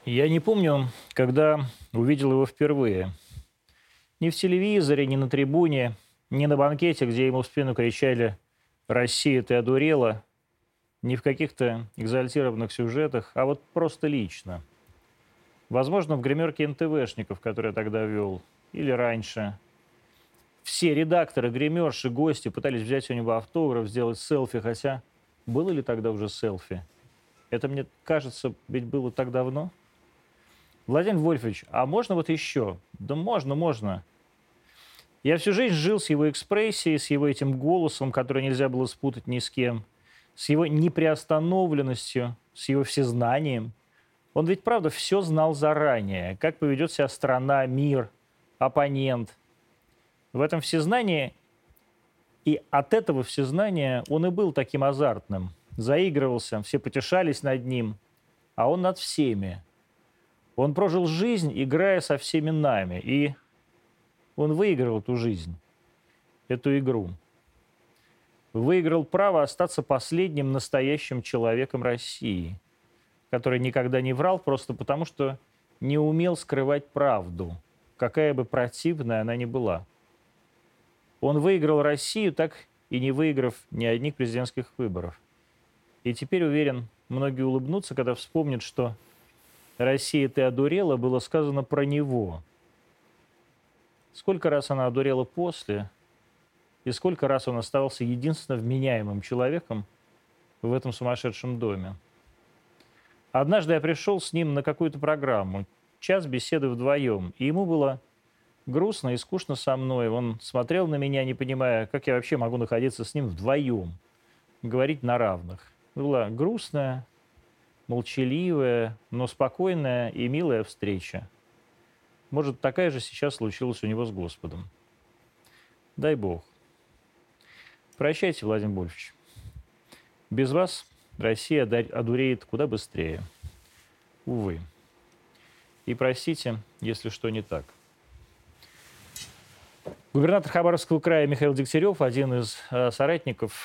Я не помню, когда увидел его впервые. Ни в телевизоре, ни на трибуне, ни на банкете, где ему в спину кричали «Россия, ты одурела!», ни в каких-то экзальтированных сюжетах, а вот просто лично. Возможно, в гримерке НТВшников, который я тогда вел, или раньше. Все редакторы, гримерши, гости пытались взять у него автограф, сделать селфи, хотя было ли тогда уже селфи? Это, мне кажется, ведь было так давно. Владимир Вольфович, а можно вот еще? Да можно, можно. Я всю жизнь жил с его экспрессией, с его этим голосом, который нельзя было спутать ни с кем, с его неприостановленностью, с его всезнанием. Он ведь, правда, все знал заранее, как поведет себя страна, мир, оппонент. В этом всезнании и от этого всезнания он и был таким азартным. Заигрывался, все потешались над ним, а он над всеми. Он прожил жизнь, играя со всеми нами, и он выиграл эту жизнь, эту игру. Выиграл право остаться последним настоящим человеком России, который никогда не врал просто потому, что не умел скрывать правду, какая бы противная она ни была. Он выиграл Россию, так и не выиграв ни одних президентских выборов. И теперь, уверен, многие улыбнутся, когда вспомнят, что «Россия, ты одурела» было сказано про него. Сколько раз она одурела после, и сколько раз он оставался единственно вменяемым человеком в этом сумасшедшем доме. Однажды я пришел с ним на какую-то программу, час беседы вдвоем, и ему было грустно и скучно со мной. Он смотрел на меня, не понимая, как я вообще могу находиться с ним вдвоем, говорить на равных. Была грустная, молчаливая, но спокойная и милая встреча. Может, такая же сейчас случилась у него с Господом. Дай Бог. Прощайте, Владимир Вольфович. Без вас Россия одуреет куда быстрее. Увы. И простите, если что не так. Губернатор Хабаровского края Михаил Дегтярев, один из соратников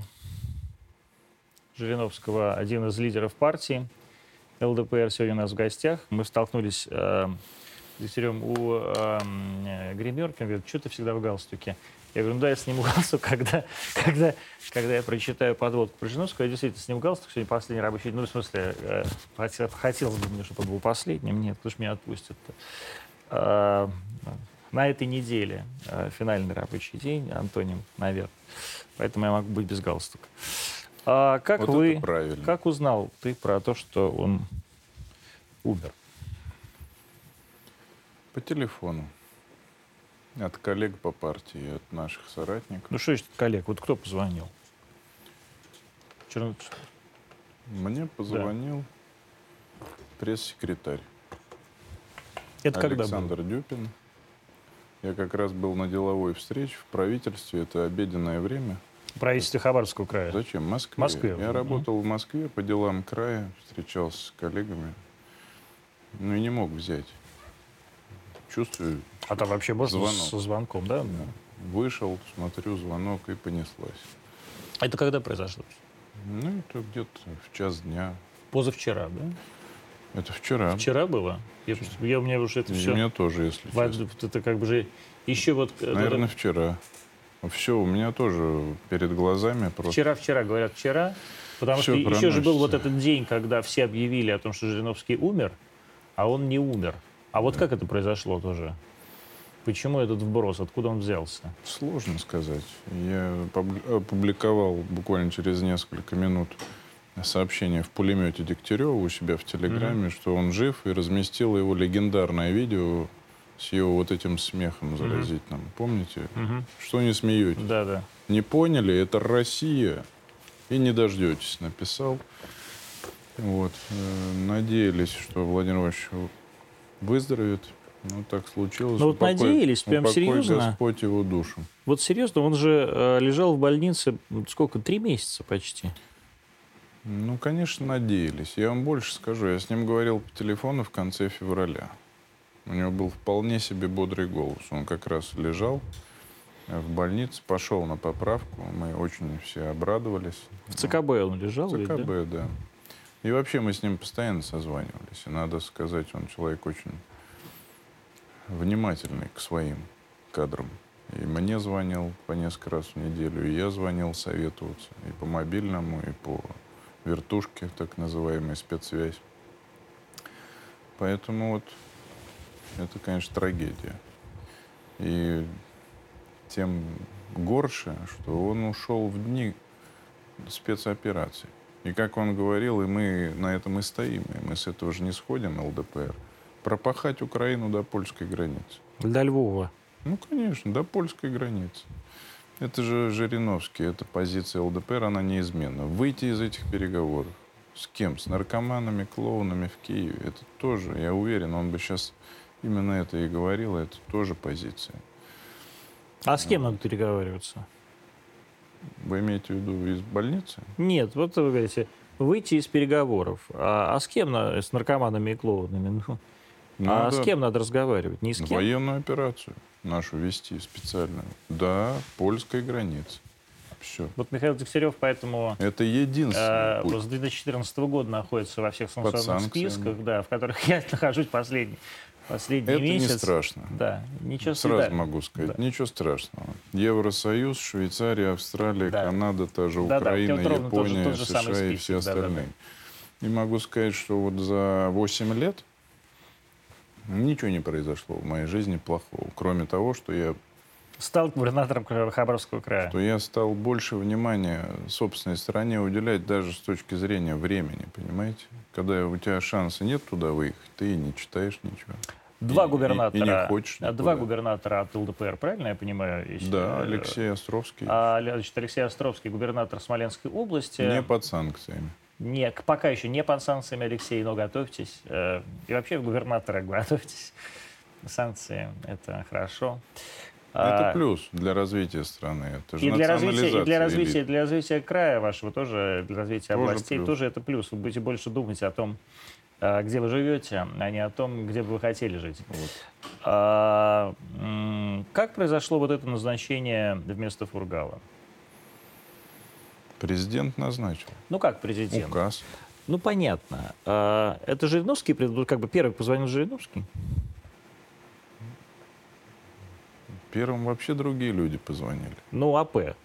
Жириновского, один из лидеров партии ЛДПР, сегодня у нас в гостях. Мы столкнулись с Дегтяревым у гримерки. Он говорит, что ты всегда в галстуке? Я говорю, ну да, я сниму галстук, когда я прочитаю подводку про Жириновского. Я действительно сниму галстук, сегодня последний рабочий день. Ну, в смысле, хотелось бы мне, чтобы он был последним. Нет, кто ж меня отпустит? На этой неделе финальный рабочий день, антоним, наверное. Поэтому я могу быть без галстука. А как вот как узнал ты про то, что он умер? По телефону. От коллег по партии, от наших соратников. Ну что значит коллег? Вот кто позвонил? Мне позвонил пресс-секретарь. Это когда Александр было? Дюпин. Я как раз был на деловой встрече в правительстве. Это обеденное время. В правительстве Хабаровского края? Зачем? В Москве. Москве. Я работал в Москве по делам края, встречался с коллегами. Ну и не мог взять. Чувствую. А там вообще можно звонок. со звонком, да? Вышел, смотрю, звонок, и понеслась. Это когда произошло? Ну, это где-то в час дня. Позавчера, да? Это вчера. Вчера было? У меня уже это все... У меня тоже, если честно. Это как бы же еще вот... Наверное, вчера. Все, у меня тоже перед глазами просто... Вчера, говорят, вчера. Потому Всё что еще же был вот проносится. этот день, когда все объявили о том, что Жириновский умер, а он не умер. А вот как это произошло тоже? Почему этот вброс? Откуда он взялся? Сложно сказать. Я опубликовал буквально через несколько минут сообщение в пулемете Дегтярева у себя в Телеграме, что он жив, и разместил его легендарное видео с его вот этим смехом заразительным. Помните? Что не смеетесь? Да. Не поняли? Это Россия. И не дождетесь, написал. Вот. Надеялись, что Владимир Иванович выздоровеет. Ну, так случилось. Ну, вот надеялись, прям упокой серьезно? Господь его душу. Вот серьезно, он же лежал в больнице, сколько, 3 месяца почти? Ну, конечно, надеялись. Я вам больше скажу. Я с ним говорил по телефону в конце февраля. У него был вполне себе бодрый голос. Он как раз лежал в больнице, пошел на поправку. Мы очень все обрадовались. В ЦКБ он лежал? В ЦКБ, ведь, да. И вообще мы с ним постоянно созванивались. И надо сказать, он человек очень внимательный к своим кадрам. И мне звонил по несколько раз в неделю, и я звонил советоваться и по мобильному, и по вертушке, так называемой спецсвязь. Поэтому вот это, конечно, трагедия. И тем горше, что он ушел в дни спецопераций. И как он говорил, и мы на этом и стоим, и мы с этого же не сходим, ЛДПР, пропахать Украину до польской границы. До Львова. Ну, конечно, до польской границы. Это же Жириновский, это позиция ЛДПР, она неизменна. Выйти из этих переговоров. С кем? С наркоманами, клоунами в Киеве. Это тоже, я уверен, он бы сейчас именно это и говорил, это тоже позиция. А с кем надо переговариваться? Вы имеете в виду из больницы? Нет, вот вы говорите, выйти из переговоров. А с кем? С наркоманами и клоунами? А с кем надо разговаривать? Не с кем? Военную операцию нашу вести специальную. До польской границы. Все. Вот Михаил Дегтярев поэтому это единственный путь. С 2014 года находится во всех санкционных списках, да, в которых я нахожусь последний это месяц. Не страшно. Да, ничего Сразу могу сказать, да. Ничего страшного. Евросоюз, Швейцария, Австралия, да. Канада, та же Украина, Япония, США список, и все остальные. И могу сказать, что вот за 8 лет ничего не произошло в моей жизни плохого, кроме того, что я стал губернатором Хабаровского края. Что я стал больше внимания собственной стране уделять даже с точки зрения времени, понимаете? Когда у тебя шанса нет туда выехать, ты и не читаешь ничего. Два губернатора. И не хочешь никуда. Два губернатора от ЛДПР, правильно я понимаю? Да, Алексей Островский. Алексей Островский, губернатор Смоленской области. Не под санкциями. Пока еще не под санкциями, Алексей, но готовьтесь. И вообще губернатора готовьтесь. Санкции — это хорошо. Это плюс для развития страны. Это же и для развития края вашего тоже, для развития областей плюс. Тоже это плюс. Вы будете больше думать о том, где вы живете, а не о том, где бы вы хотели жить. Вот. Как произошло вот это назначение вместо Фургала? Президент назначил. Ну как президент? Указ. Ну понятно. Это Жириновский, как бы первый позвонил Жириновский? Первым вообще другие люди позвонили. Ну, АП.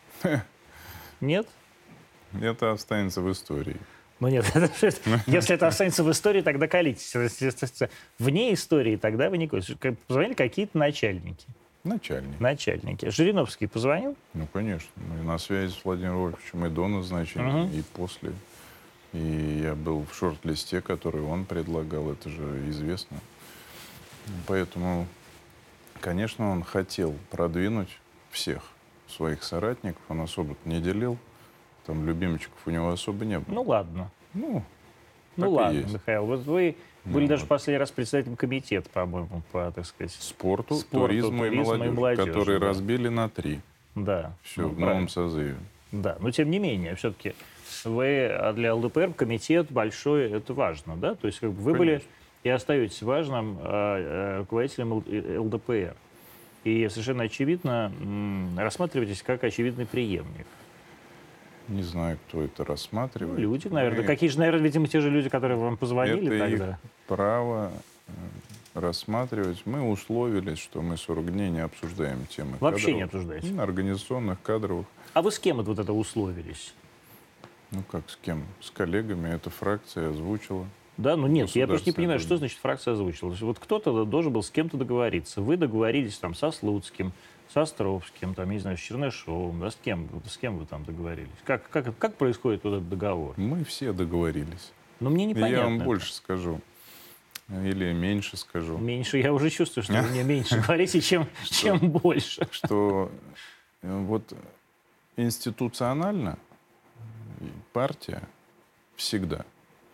Нет? Это останется в истории. Ну нет, если это останется в истории, тогда колитесь. Вне истории тогда вы не колитесь. Позвонили какие-то начальники. Начальники. Жириновский позвонил? Ну, конечно. Мы на связи с Владимиром Вольфовичем и до назначения, и после. И я был в шорт-листе, который он предлагал, это же известно. Поэтому, конечно, он хотел продвинуть всех своих соратников, он особо не делил. Там любимчиков у него особо не было. Ну, ладно. Ну ладно, Михаил. Вот вы были даже в последний раз председателем комитета, по-моему, по, так сказать, спорту, туризму и молодежи, которые разбили на 3. Да. Все, в новом созыве. Да, но тем не менее, все-таки вы для ЛДПР комитет большой, это важно, да? То есть как бы вы были и остаетесь важным руководителем ЛДПР. И совершенно очевидно рассматриваетесь как очевидный преемник. Не знаю, кто это рассматривает. Люди, наверное. Какие же, наверное, видимо, те же люди, которые вам позвонили это тогда. Их право рассматривать. Мы условились, что мы 40 дней не обсуждаем темы вообще кадровых, не обсуждаете? Организационных, кадровых. А вы с кем вот это условились? Ну как с кем? С коллегами. Эта фракция озвучила. Да, ну нет, я просто не понимаю, что значит фракция озвучила. Вот кто-то должен был с кем-то договориться. Вы договорились там со Слуцким, с Островским, там, не знаю, с Чернышовым, да, с кем вы там договорились? Как происходит вот этот договор? Мы все договорились. Но мне непонятно. Я вам больше скажу. Или меньше скажу. Меньше. Я уже чувствую, что вы мне меньше говорите, чем больше. Что вот институционально партия всегда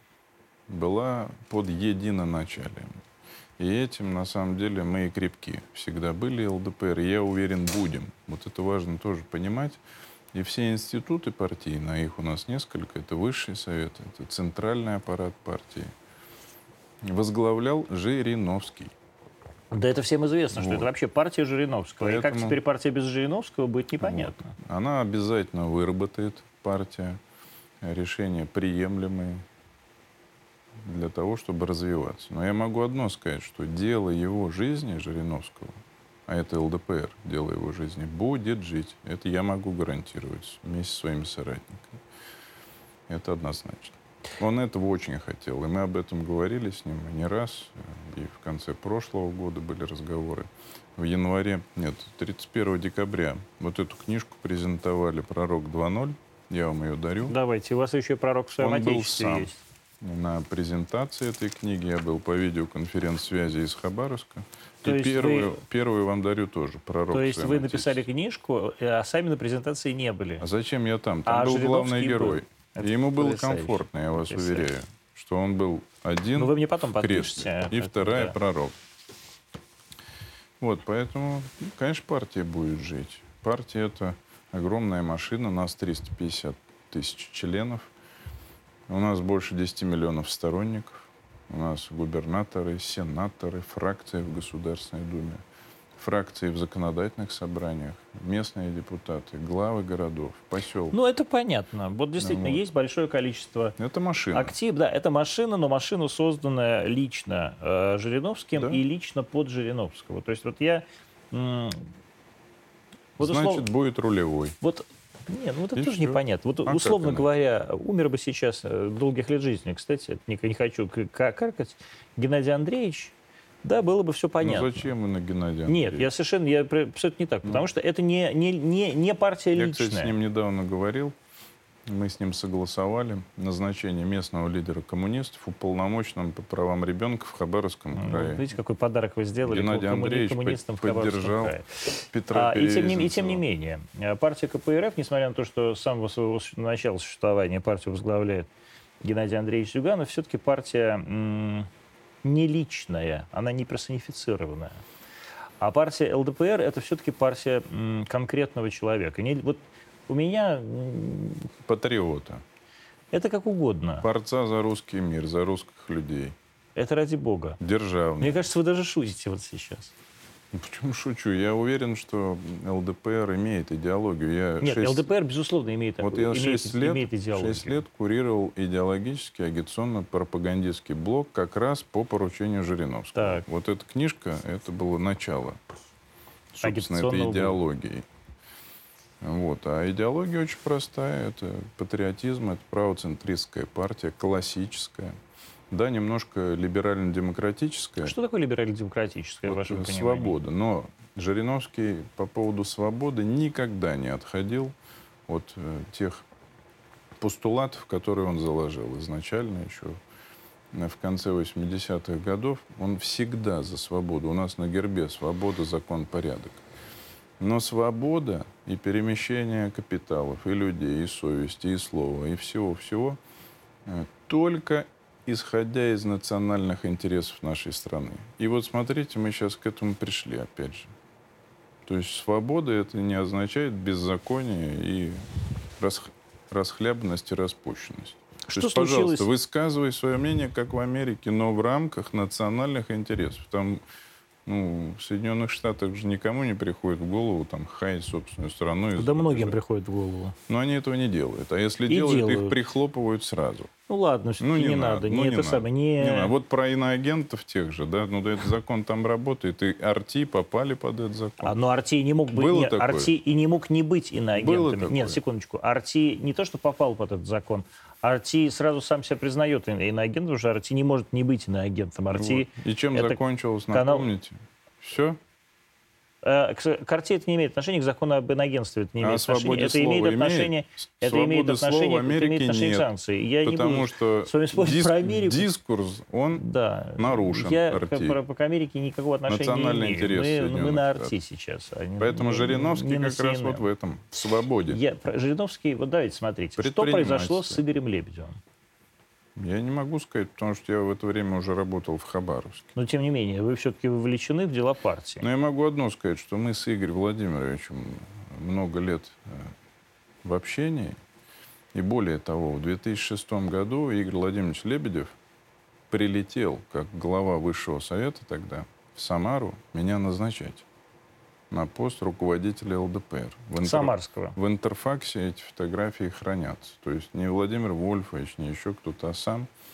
была под единоначалием. И этим, на самом деле, мы и крепки. Всегда были ЛДПР, и я уверен, будем. Вот это важно тоже понимать. И все институты партийные, а их у нас несколько, это Высший совет, это центральный аппарат партии, возглавлял Жириновский. Да это всем известно, что это вообще партия Жириновского. Поэтому... И как теперь партия без Жириновского, будет непонятно. Вот. Она обязательно выработает, партия, решения приемлемые. для того, чтобы развиваться. Но я могу одно сказать, что дело его жизни, Жириновского, а это ЛДПР, дело его жизни, будет жить. Это я могу гарантировать вместе со своими соратниками. Это однозначно. Он этого очень хотел, и мы об этом говорили с ним не раз, и в конце прошлого года были разговоры. В январе, нет, 31 декабря вот эту книжку презентовали «Пророк 2.0», я вам ее дарю. Давайте, у вас еще пророк в своем Он был отечестве сам есть. на презентации этой книги, я был по видеоконференц-связи из Хабаровска. То И есть первую вам дарю тоже, «Пророк То в есть своем вы написали отечестве». книжку, а сами на презентации не были? А зачем я там? Там А был Жириновский главный герой. был. И ему было Потрясающе. комфортно, я вас Потрясающе. уверяю, что он был один Ну, вы мне потом в кресле, подпишите. и вторая Да. «Пророк». Вот, поэтому, конечно, партия будет жить. Партия — это огромная машина, у нас 350 тысяч членов, у нас больше 10 миллионов сторонников, у нас губернаторы, сенаторы, фракции в Государственной Думе, фракции в законодательных собраниях, местные депутаты, главы городов, поселков. Ну, это понятно. Вот действительно Вот. есть большое количество Это машина. актив. Да, это машина, но машина, созданная лично Жириновским Да. и лично под Жириновского. То есть вот я... Вот Значит, будет рулевой. Вот, нет, ну это И тоже всё. непонятно. Вот А условно как иначе? говоря, умер бы сейчас долгих лет жизни, кстати, это не хочу каркать, Геннадий Андреевич, да, было бы все понятно. Ну зачем вы на Геннадия Нет, Андреевича? я совершенно, абсолютно не так, потому что это не партия Я, личная. кстати, с ним недавно говорил. Мы с ним согласовали назначение местного лидера коммунистов уполномоченным по правам ребенка в Хабаровском Ну, крае. видите, какой подарок вы сделали Геннадий Андреевич коммунистам в Хабаровском поддержал крае. Петра И тем не Перевезенцева. менее, партия КПРФ, несмотря на то, что с самого своего начала существования партию возглавляет Геннадий Андреевич Зюганов, все-таки партия не личная, она не персонифицированная. А партия ЛДПР — это все-таки партия конкретного человека. Вот у меня Патриота. это как угодно. Борца за русский мир, за русских людей. Это ради бога. Державный. Мне кажется, вы даже шутите вот сейчас. Ну, почему шучу? Я уверен, что ЛДПР имеет идеологию. Я Нет, 6 ЛДПР, безусловно, имеет Вот я 6 имеет идеологию. 6 лет курировал идеологический агитационно-пропагандистский блок как раз по поручению Жириновского. Так. Вот эта книжка, это было начало, собственно, Агитационного этой блока. идеологии. Вот. А идеология очень простая. Это патриотизм, это правоцентристская партия, классическая. Да, немножко либерально-демократическая. Что такое либерально-демократическое, в Вот, вашем понимании? свобода. Но Жириновский по поводу свободы никогда не отходил от тех постулатов, которые он заложил изначально еще в конце 80-х годов. Он всегда за свободу. У нас на гербе свобода, закон, порядок. Но свобода и перемещение капиталов, и людей, и совести, и слова, и всего-всего только исходя из национальных интересов нашей страны. И вот смотрите, мы сейчас к этому пришли опять же. То есть свобода — это не означает беззаконие и расхлябанность и распущенность. Что То есть, случилось? пожалуйста, высказывай свое мнение, как в Америке, но в рамках национальных интересов. Там, в Соединенных Штатах же никому не приходит в голову там хаять собственную страну. Да многим приходит в голову. Но они этого не делают. А если И делают, делают. их прихлопывают сразу. Ну ладно, все-таки не надо. Не это самое, Не надо. Вот про иноагентов тех же, да, да, этот закон там работает, и Арти попали под этот закон. Но Арти не мог быть, Было такое? Арти и не мог не быть Было иноагентами. такое? Нет, секундочку. Арти не то, что попал под этот закон, Арти сразу сам себя признает иноагентом, потому что Арти не может не быть иноагентом. Арти Вот. И чем это закончилось, канал- напомните? Все? К Арти это не имеет отношения, к закону об иноагентстве это не имеет отношения. свободе Это имеет слова отношение, это Свободы имеет слова отношение, в это имеет Америке отношение к нет. санкции. Я не Потому буду что с вами спорить про Америку. дискурс, он Да. нарушен Я Арти. к Америке никакого отношения Национальный не интерес имею. Мы Соединенных на Штатов. Арти сейчас. Поэтому Жириновский на как раз CNN. вот в этом, в свободе. Жириновский, вот давайте смотрите, что Предпринимательство. произошло с Игорем Лебедевым. Я не могу сказать, потому что я в это время уже работал в Хабаровске. Но, тем не менее, вы все-таки вовлечены в дела партии. Но я могу одно сказать, что мы с Игорем Владимировичем много лет в общении. И более того, в 2006 году Игорь Владимирович Лебедев прилетел, как глава Высшего Совета тогда, в Самару меня назначать на пост руководителя ЛДПР. Самарского. В Интерфаксе эти фотографии хранятся. То есть не Владимир Вольфович, не еще кто-то, а сам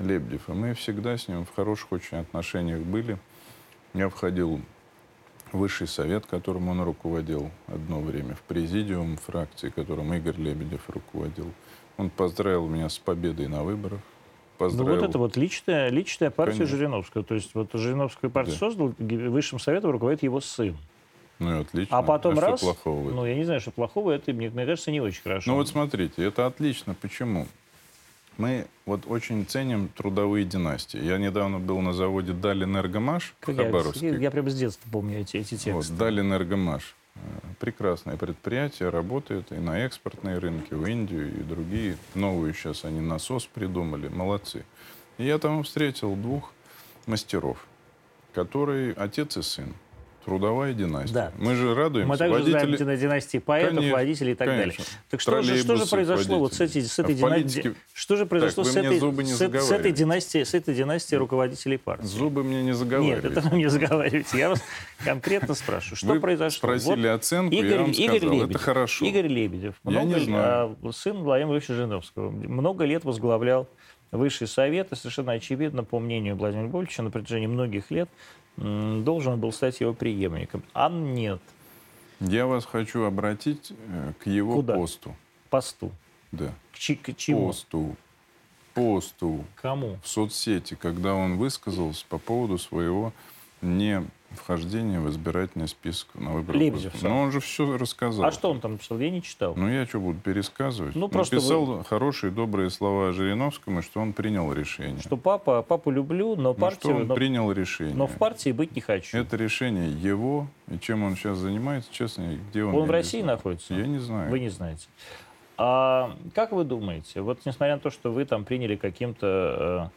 Лебедев. И мы всегда с ним в хороших очень отношениях были. Я входил в высший совет, которым он руководил одно время, в президиум фракции, которым Игорь Лебедев руководил. Он поздравил меня с победой на выборах. Ну Поздравил. вот это вот личная партия Конечно. Жириновского. То есть вот Жириновскую партию Да. создал, высшим советом руководит его сын. Ну и отлично. А потом что раз, плохого в этом? ну я не знаю, что плохого, это, мне кажется, не очень хорошо. Ну вот смотрите, это отлично. Почему? Мы вот очень ценим трудовые династии. Я недавно был на заводе Далэнергомаш в Хабаровске. Я прямо с детства помню эти тексты. Вот, Далэнергомаш. Прекрасное предприятие, работает и на экспортные рынки, в Индию и другие. Новую сейчас они насос придумали. Молодцы. И я там встретил двух мастеров, которые отец и сын. Трудовая династия. Да. Мы же радуемся. Мы также водители... знаем династии поэтов, Конечно, водителей и так конечно. далее. Так что же произошло вот с этой династией? Что же произошло Так, с этой династией руководителей партии? Зубы мне не заговаривайте. Нет, это вы мне заговариваете. Я вас конкретно спрашиваю, что Вы произошло? спросили оценку, я вам сказал, Лебедев, это хорошо. Игорь Лебедев, Я не знаю. сын Владимира Владимировича Жириновского, много лет возглавлял Высший совет, и совершенно очевидно, по мнению Владимира Владимировича, на протяжении многих лет должен был стать его преемником. А нет. Я вас хочу обратить к его Куда? посту. Посту. Да. К чему? Посту Кому? в соцсети, когда он высказался по поводу своего не вхождения в избирательный список на выборах. Лебедев сам. Но он же все рассказал. А что он там написал? Я не читал. Ну, я что буду пересказывать? Ну, Он просто писал хорошие, добрые слова о Жириновском, и что он принял решение. Что папу люблю, но Ну, что он партию... принял решение. Но в партии быть не хочу. Это решение его, и чем он сейчас занимается, честно, где он? Он я в не России знаю. находится? Я не знаю. Вы не знаете. А как вы думаете, вот несмотря на то, что вы там приняли каким-то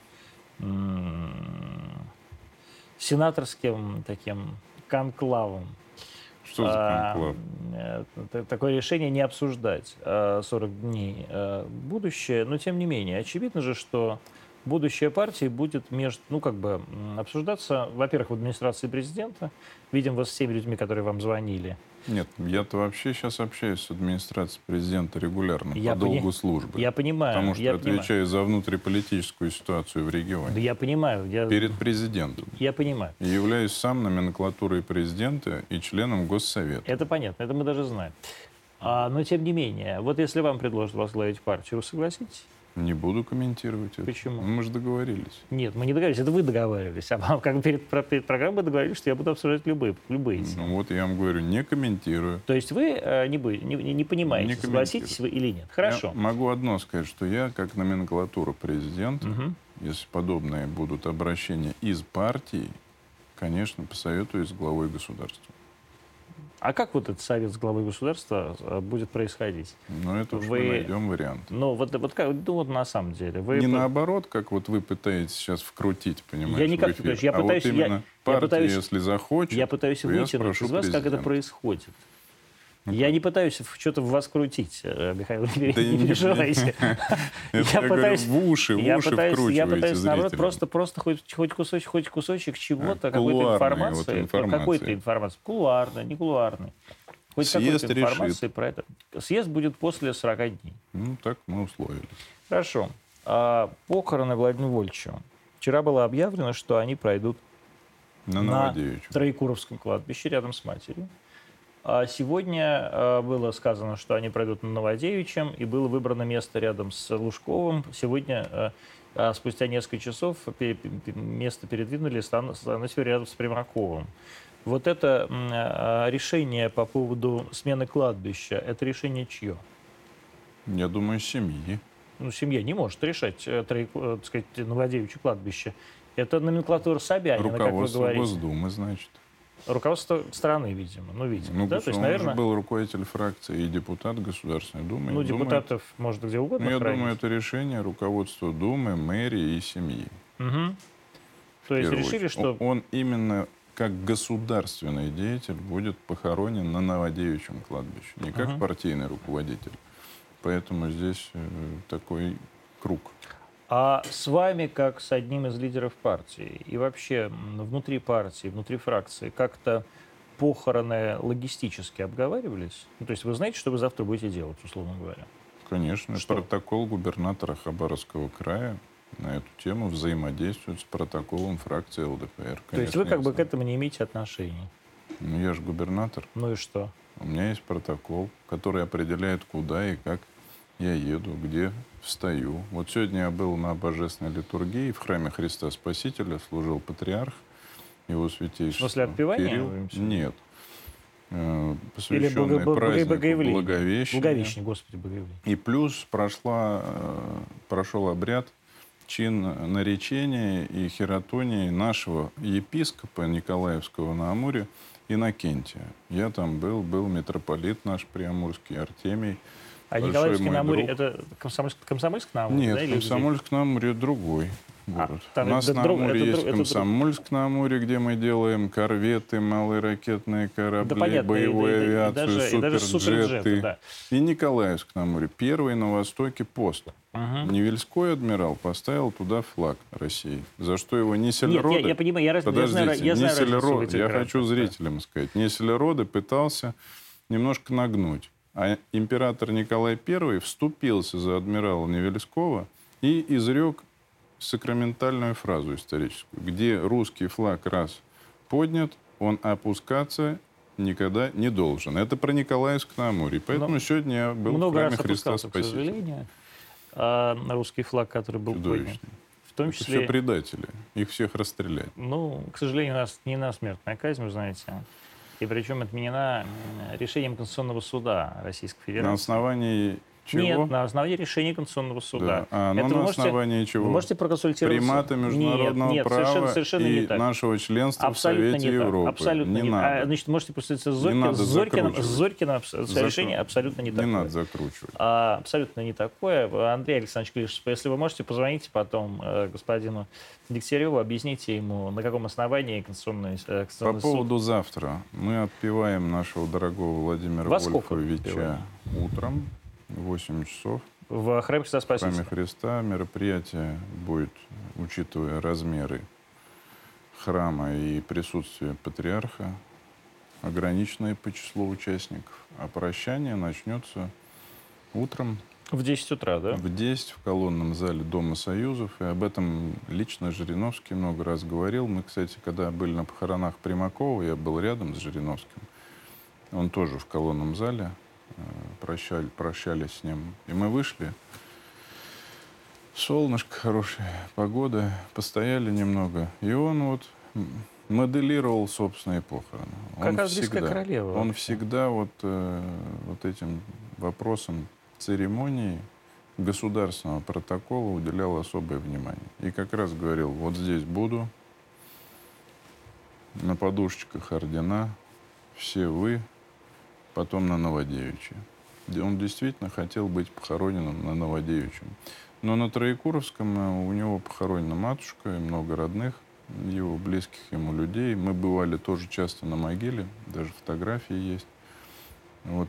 сенаторским таким конклавом, Что за конклав? такое решение не обсуждать 40 дней будущее, но тем не менее, очевидно же, что будущее партии будет обсуждаться, во-первых, в администрации президента, видим вас с теми людьми, которые вам звонили. Нет, я-то вообще сейчас общаюсь с администрацией президента регулярно по долгу службы. Я понимаю. Потому что отвечаю за внутриполитическую ситуацию в регионе. Да я понимаю. Перед президентом. Я понимаю. И являюсь сам номенклатурой президента и членом Госсовета. Это понятно, это мы даже знаем. Но тем не менее, вот если вам предложат возглавить партию, вы согласитесь? Не буду комментировать это. Почему? Мы же договорились. Нет, мы не договорились, это вы договаривались. А как бы перед программой вы договорились, что я буду обсуждать любые темы. Ну вот я вам говорю, не комментирую. То есть вы не понимаете, согласитесь вы или нет. Хорошо. Я могу одно сказать, что я, как номенклатура президента, если подобные будут обращения из партии, конечно, посоветуюсь с главой государства. А как вот этот совет с главой государства будет происходить? Ну, это уж мы найдем вариант. Ну, вот на самом деле. Не наоборот, как вот вы пытаетесь сейчас вкрутить, понимаете, я никак в эфир. Я пытаюсь, вот именно партия, если захочет, я пытаюсь вытянуть из вас, как это происходит. Я не пытаюсь что-то в вас крутить, Михаил, не переживайте. Я пытаюсь в уши вкручиваете Я пытаюсь, наоборот, зрителям. просто хоть кусочек чего-то, какой-то информации. Какой-то информации. Кулуарной, не кулуарной. Хоть какой-то информации про это. Съезд будет после 40 дней. Ну, так мы условились. Хорошо. Похороны Владимира Вольфовича. Вчера было объявлено, что они пройдут на Троекуровском кладбище рядом с матерью. Сегодня было сказано, что они пройдут на Новодевичьем, и было выбрано место рядом с Лужковым. Сегодня, спустя несколько часов, место передвинули, станут рядом с Примаковым. Вот это решение по поводу смены кладбища, это решение чье? Я думаю, семьи. Ну, семья не может решать, Новодевичье кладбище. Это номенклатура Собянина, как вы говорите. Руководство Госдумы, значит. Руководство страны, видимо. Ну, да? То есть, наверное, же был руководитель фракции и депутат Государственной Думы. Ну, депутатов можно где угодно. Я думаю, это решение руководства Думы, мэрии и семьи. Угу. То есть решили, что... Он именно как государственный деятель будет похоронен на Новодевичьем кладбище, не как партийный руководитель. Поэтому здесь такой круг. А с вами, как с одним из лидеров партии, и вообще внутри партии, внутри фракции, как-то похороны логистически обговаривались? Ну, то есть вы знаете, что вы завтра будете делать, условно говоря? Конечно. Что? Протокол губернатора Хабаровского края на эту тему взаимодействуют с протоколом фракции ЛДПР. То есть вы Конечно, как я бы к знаю. этому не имеете отношения? Ну, я же губернатор. Ну и что? У меня есть протокол, который определяет, куда и как я еду, где встаю. Вот сегодня я был на божественной литургии в храме Христа Спасителя, служил патриарх, его В святейшество смысле отпевания? Кирилл. вы имеете в виду? Нет. Или Посвященный празднику Богоявление? Благовещения. Благовещение, Господи, Богоявление. И плюс прошел обряд, чин наречения и хератонии нашего епископа Николаевского на Амуре Иннокентия. Я там был митрополит наш приамурский, Артемий. А Большой Николаевский мой на Амуре, друг. это Комсомольск на Амуре? Нет, да, или где? Комсомольск на Амуре другой город. там У нас это на друг- Амуре это есть друг- это Комсомольск на Амуре, где мы делаем корветы, малые ракетные корабли, Да, понятно, боевую авиацию, и даже суперджеты, да. И Николаевск на Амуре. Первый на востоке пост. Мгм. Невельской адмирал поставил туда флаг России, за что его Нет, Неселероды... я понимаю, я Подождите, знаю разницу в Неселероды, этих я гражданах, хочу да. зрителям сказать, Неселероды пытался немножко нагнуть, а император Николай I вступился за адмирала Невельского и изрек сакраментальную фразу историческую, где русский флаг раз поднят, он опускаться никогда не должен. Это про Николаевск на Амуре. Поэтому сегодня я был в Много храме раз Христа опускался, к Спасителя. сожалению, русский флаг, который был поднят. Чудовищно. В том Это все числе, предатели. Их всех расстрелять. ну, к сожалению, у нас не на смертная казнь, вы знаете. И причем отменена решением Конституционного суда Российской Федерации. На основании чего? Нет, на основании решения Конституционного суда. Да. Но Это на вы можете, основании чего? Вы можете проконсультироваться. Примата международного нет, права совершенно и не так. нашего членства Абсолютно в Совете не так. Европы. Абсолютно не не надо. так. Значит, можете посмотреться с Не надо закручивать. Зорькиным решение абсолютно не такое. Не надо закручивать. Абсолютно не такое. Андрей Александрович Клишев, если вы можете, позвоните потом господину Дегтяреву, объясните ему, на каком основании Конституционный По суд... поводу завтра. Мы отпеваем нашего дорогого Владимира Во сколько Вольфовича отпеваем? утром, в 8 часов. В храме Христа В храме Спасителя. Христа мероприятие будет, учитывая размеры храма и присутствие патриарха, ограниченное по числу участников. А прощание начнется утром В 10 утра, да? в 10 в колонном зале Дома Союзов. И об этом лично Жириновский много раз говорил. Мы, кстати, когда были на похоронах Примакова, я был рядом с Жириновским. Он тоже в колонном зале. Прощались с ним. И мы вышли. Солнышко, хорошая погода. Постояли немного. И он вот моделировал собственные похороны. Как английская королева Он вообще. всегда вот этим вопросам церемонии государственного протокола уделял особое внимание. И как раз говорил, вот здесь буду, на подушечках ордена, все вы, потом на Новодевичье. Он действительно хотел быть похороненным на Новодевичьем. Но на Троекуровском у него похоронена матушка и много родных, его близких ему людей. Мы бывали тоже часто на могиле, даже фотографии есть. Вот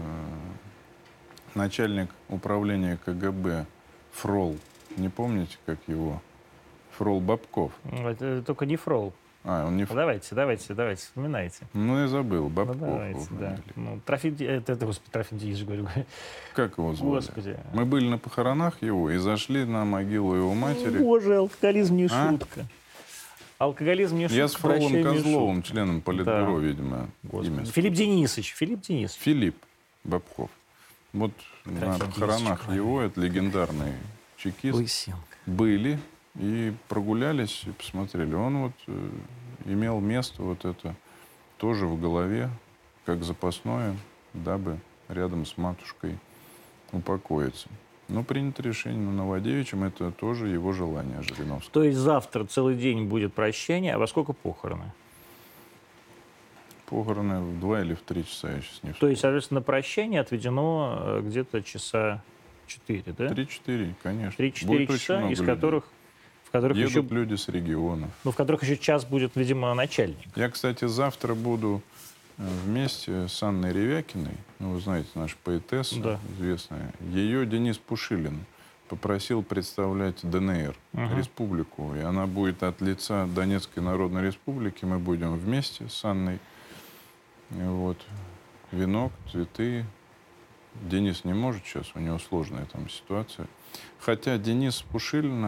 начальник управления КГБ Фрол, не помните, как его? Фрол Бабков. Это только не фрол. Он не Давайте, вспоминайте. Ну, я забыл, Ну, Бабков. давайте, его да. фамилия. Ну, Господи, Трофим Денисович, говорю. Как его звали? Господи. Мы были на похоронах его и зашли на могилу его матери. Боже, алкоголизм не А? шутка. Алкоголизм не шутка. Я с Фролом прощай, не Козловым, шутка. членом Политбюро, Да. видимо, Господи. имя. Филипп Денисович. Филипп Бабков. Вот на Трофим похоронах Денисович, его, это легендарный чекист, Лысенко. были и прогулялись, и посмотрели. Он вот имел место вот это тоже в голове, как запасное, дабы рядом с матушкой упокоиться. Но принято решение на Новодевичьем, это тоже его желание Жириновского. То есть завтра целый день будет прощание, а во сколько похороны? Похороны в 2 или в 3 часа, я сейчас не То есть, соответственно, на прощание отведено где-то часа 4, да? 3-4, конечно. 3-4 Будет очень часа, много из людей. в которых еще, Едут люди с регионов. в которых еще час будет, видимо, начальник. Я, кстати, завтра буду вместе с Анной Ревякиной, ну, вы знаете, наша поэтесса Да. известная. Ее Денис Пушилин попросил представлять ДНР, республику. И она будет от лица Донецкой Народной Республики. Мы будем вместе с Анной. И вот. Венок, цветы. Денис не может сейчас, у него сложная там ситуация. Хотя Денис Пушилина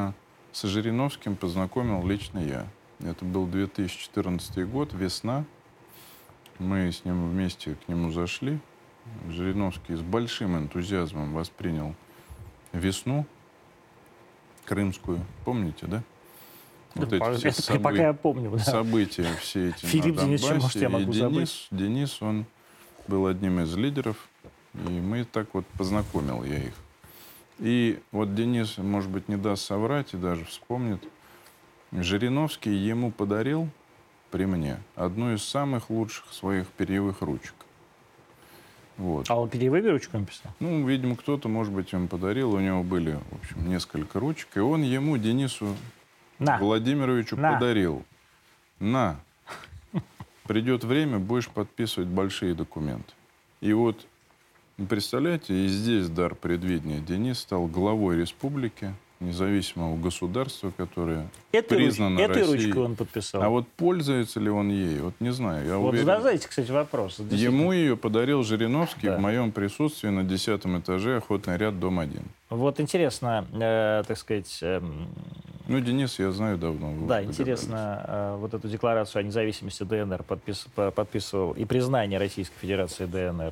С Жириновским познакомил лично я. Это был 2014 год, весна. Мы с ним вместе к нему зашли. Жириновский с большим энтузиазмом воспринял весну крымскую. Помните, да? Вот эти все пока я помню, да. события все эти Филипп на Денисович, может, Донбассе. я могу И Денис, он был одним из лидеров. И мы так вот познакомил я их. И вот Денис, может быть, не даст соврать и даже вспомнит. Жириновский ему подарил при мне одну из самых лучших своих перьевых ручек. Вот. А он перьевыми ручками писал? Ну, видимо, кто-то, может быть, ему подарил. У него были, в общем, несколько ручек. И он ему, Денису Владимировичу, подарил. На. Придет время, будешь подписывать большие документы. И вот, представляете, и здесь дар предвидения. Денис стал главой республики, независимого государства, которое признано Этой Россией. ручкой он подписал. А вот пользуется ли он ей, вот не знаю. Я вот уверен. задайте, кстати, вопрос. Ему ее подарил Жириновский в моем присутствии на 10-м этаже, охотный ряд, дом 1. Вот интересно, так сказать... Ну, Денис, я знаю давно. Да, интересно, вот эту декларацию о независимости ДНР подписывал и признание Российской Федерации ДНР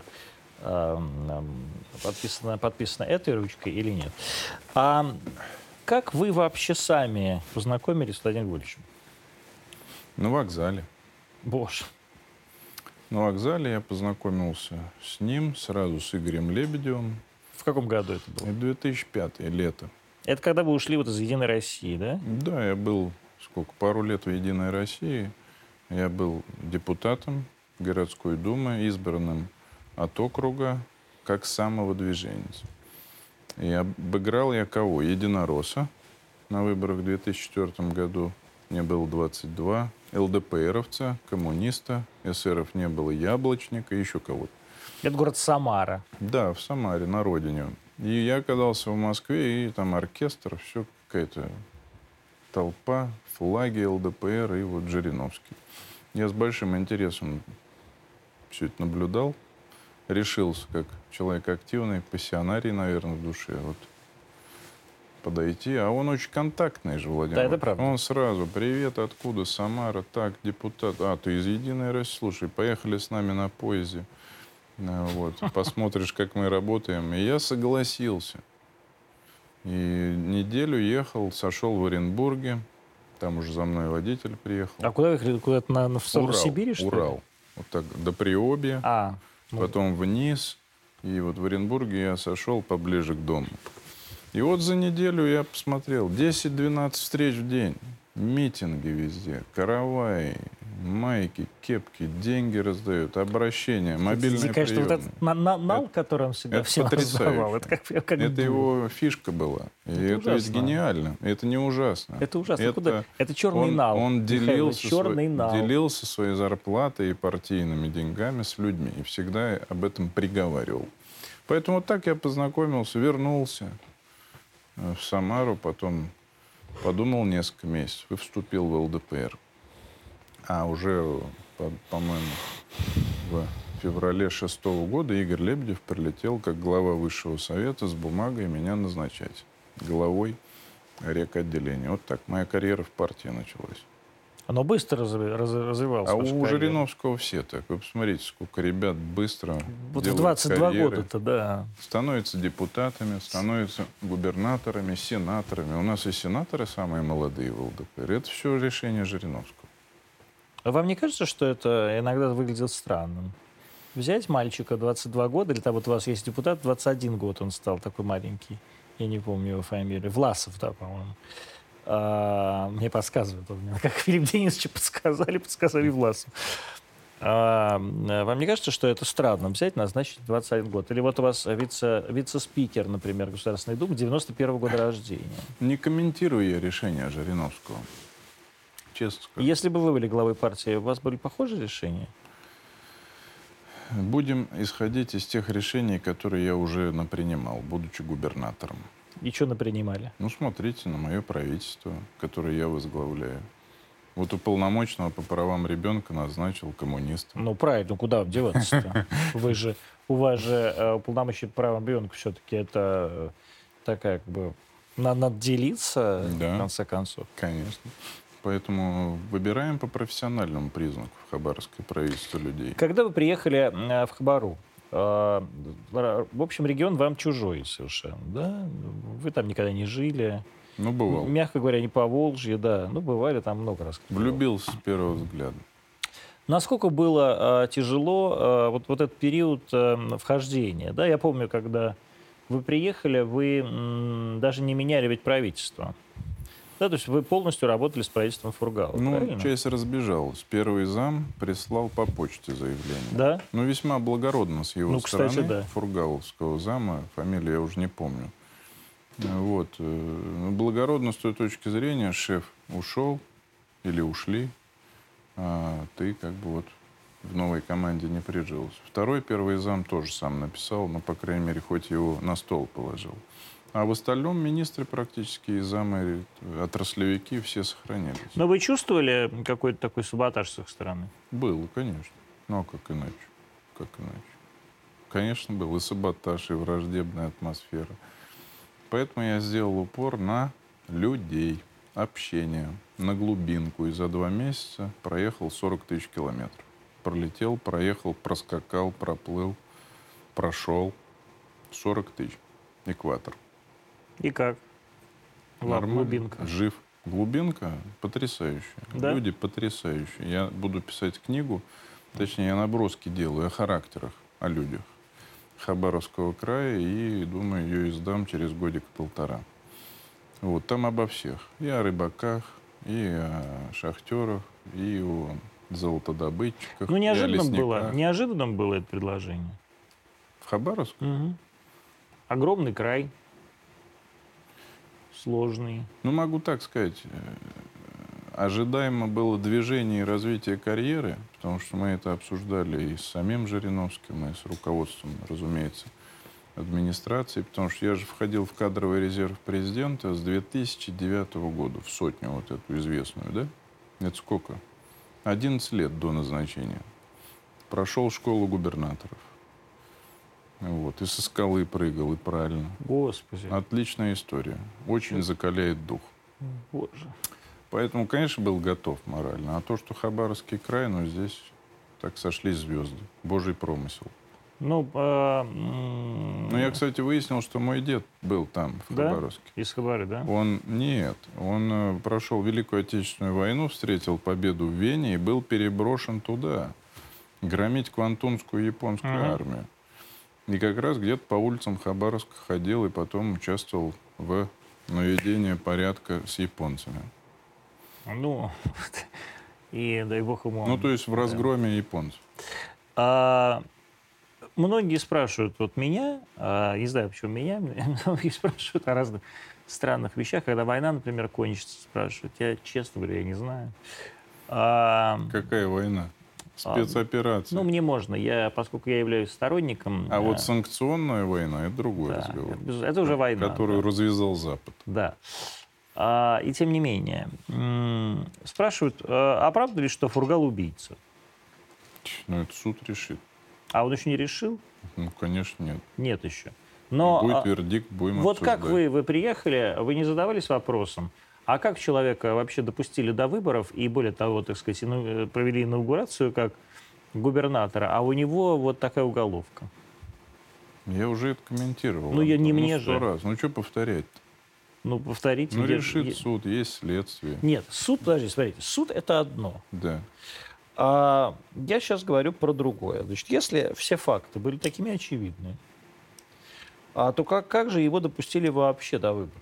подписано этой ручкой или нет? А как вы вообще сами познакомились с Владимиром Вольфовичем? На вокзале. Боже. На вокзале я познакомился с ним, сразу с Игорем Лебедевым. В каком году это было? 2005 лето. Это когда вы ушли вот из «Единой России», да? Да, я был пару лет в «Единой России». Я был депутатом городской думы, избранным от округа, как самовыдвиженец. И обыграл я кого? Единоросса на выборах в 2004 году. Мне было 22. ЛДПРовца, коммуниста, эсеров не было, Яблочника и еще кого-то. Это город Самара. Да, в Самаре, на родине. И я оказался в Москве, и там оркестр, все какая-то толпа, флаги ЛДПР и вот Жириновский. Я с большим интересом все это наблюдал. Решился, как человек активный, пассионарий, наверное, в душе, вот, подойти. А он очень контактный же, Владимир. Да, это правда. Он сразу: привет, откуда? Самара, так, депутат. А, ты из «Единой России? Слушай, поехали с нами на поезде. Вот, посмотришь, как мы работаем. И я согласился. И неделю ехал, сошел в Оренбурге. Там уже за мной водитель приехал. А куда вы ехали? Куда-то в сторону Сибири, что ли? Урал. Вот так, до Приобья. Потом вниз. И вот в Оренбурге я сошел поближе к дому. И вот за неделю я посмотрел 10-12 встреч в день. Митинги везде, караваи, майки, кепки, деньги раздают, обращения, мобильные конечно, приемы. вот этот нал, который он всегда все раздавал, это его фишка была. И это ведь гениально. Это не ужасно. Это ужасно. Это черный нал. Он делился своей зарплатой и партийными деньгами с людьми. И всегда об этом приговаривал. Поэтому вот так я познакомился, вернулся в Самару, потом подумал несколько месяцев и вступил в ЛДПР. А уже, по-моему, в феврале 2006 года Игорь Лебедев прилетел как глава Высшего Совета с бумагой меня назначать главой рекотделения. Вот так моя карьера в партии началась. Оно быстро развивалось. А у Жириновского все так. Вы посмотрите, сколько ребят быстро вот делают 22 карьеры, года-то, да. становятся депутатами, становятся губернаторами, сенаторами. У нас и сенаторы самые молодые в ЛДПР. Это все решение Жириновского. А вам не кажется, что это иногда выглядит странным? Взять мальчика 22 года, или там вот у вас есть депутат, 21 год он стал такой маленький. Я не помню его фамилию. Власов, да, по-моему. Мне подсказывают, как Филипп Денисович подсказали Власов. Вам не кажется, что это странно взять, назначить 21 год? Или вот у вас вице-спикер, например, Государственной Думы 91-го года рождения? Не комментирую я решение Жириновского. Честно скажу. Если бы вы были главой партии, у вас были похожие решения? Будем исходить из тех решений, которые я уже напринимал, будучи губернатором. И что напринимали? Ну, смотрите на мое правительство, которое я возглавляю. Вот уполномоченного по правам ребенка назначил коммунистом. Ну, правильно, куда вам деваться-то? У вас же уполномоченный по правам ребенка все-таки это такая, как бы, Надо делиться, Да. в конце концов. Конечно. Поэтому выбираем по профессиональному признаку в Хабаровское правительство людей. Когда вы приехали в Хабару, в общем, регион вам чужой совершенно, да? Вы там никогда не жили. Ну, бывал. Мягко говоря, не по Волжье, да. Ну, бывали там много раз. Влюбился с первого взгляда. Насколько было тяжело вот этот период вхождения? Да, я помню, когда вы приехали, вы даже не меняли ведь правительство. Да, то есть вы полностью работали с правительством Фургала, Ну, правильно? часть разбежалась. Первый зам прислал по почте заявление. Да? Ну, весьма благородно с его Ну, стороны, кстати, да. фургаловского зама, фамилию я уже не помню. Вот. Благородно с той точки зрения, шеф ушел или ушли, а ты как бы вот в новой команде не прижился. Второй первый зам тоже сам написал, но, по крайней мере, хоть его на стол положил. А в остальном министры практически и замы, отраслевики все сохранились. Но вы чувствовали какой-то такой саботаж с их стороны? Было, конечно. Ну, а как иначе? Как иначе? Конечно, был и саботаж, и враждебная атмосфера. Поэтому я сделал упор на людей, общение, на глубинку. И за 2 месяца проехал 40 тысяч километров. Пролетел, проехал, проскакал, проплыл, прошел. 40 тысяч. Экватор. И как? Нормально. Глубинка. Жив. Глубинка потрясающая. Да? Люди потрясающие. Я буду писать книгу, точнее, я наброски делаю о характерах, о людях Хабаровского края, и, думаю, ее издам через годик-полтора. Вот, там обо всех. И о рыбаках, и о шахтерах, и о золотодобытчиках, Ну, и о неожиданным лесниках. было это предложение. В Хабаровске? Мгм. Огромный край. Сложный. Ну, могу так сказать. Ожидаемо было движение и развитие карьеры, потому что мы это обсуждали и с самим Жириновским, и с руководством, разумеется, администрации, потому что я же входил в кадровый резерв президента с 2009 года, в сотню вот эту известную, да? Это сколько? 11 лет до назначения. Прошел школу губернаторов. Вот, и со скалы прыгал, и правильно. Господи. Отличная история. Очень закаляет дух. Боже. Поэтому, конечно, был готов морально. А то, что Хабаровский край, ну, здесь так сошлись звезды. Божий промысел. Ну, Ну, я, кстати, выяснил, что мой дед был там, в да? Хабаровске. Из Хабары, да? Он прошел Великую Отечественную войну, встретил победу в Вене и был переброшен туда, громить Квантунскую японскую армию. И как раз где-то по улицам Хабаровска ходил и потом участвовал в наведении порядка с японцами. Ну, и дай бог ему... Ну, то есть в разгроме японцев. Многие спрашивают вот меня, не знаю, почему меня, многие спрашивают о разных странных вещах, когда война, например, кончится, спрашивают. Я, честно говоря, я не знаю. Какая война? Спецоперация. Ну, мне можно, поскольку я являюсь сторонником... А вот санкционная война — это другой разговор. Это уже война. Которую развязал Запад. Да. И тем не менее, спрашивают, а правда ли, что Фургал убийца? Ну, это суд решит. А он еще не решил? Ну, конечно, нет. Нет еще. Но будет вердикт, будем вот обсуждать. как вы приехали, вы не задавались вопросом, а как человека вообще допустили до выборов и, более того, так сказать, провели инаугурацию как губернатора, а у него вот такая уголовка? Я уже это комментировал. Ну, я не мне 100 же. раз. Ну, что повторять-то? Ну, повторите. Ну, решит суд, есть следствие. Нет, суд, подождите, смотрите, суд — это одно. Да. А я сейчас говорю про другое. Значит, если все факты были такими очевидными, то как же его допустили вообще до выборов?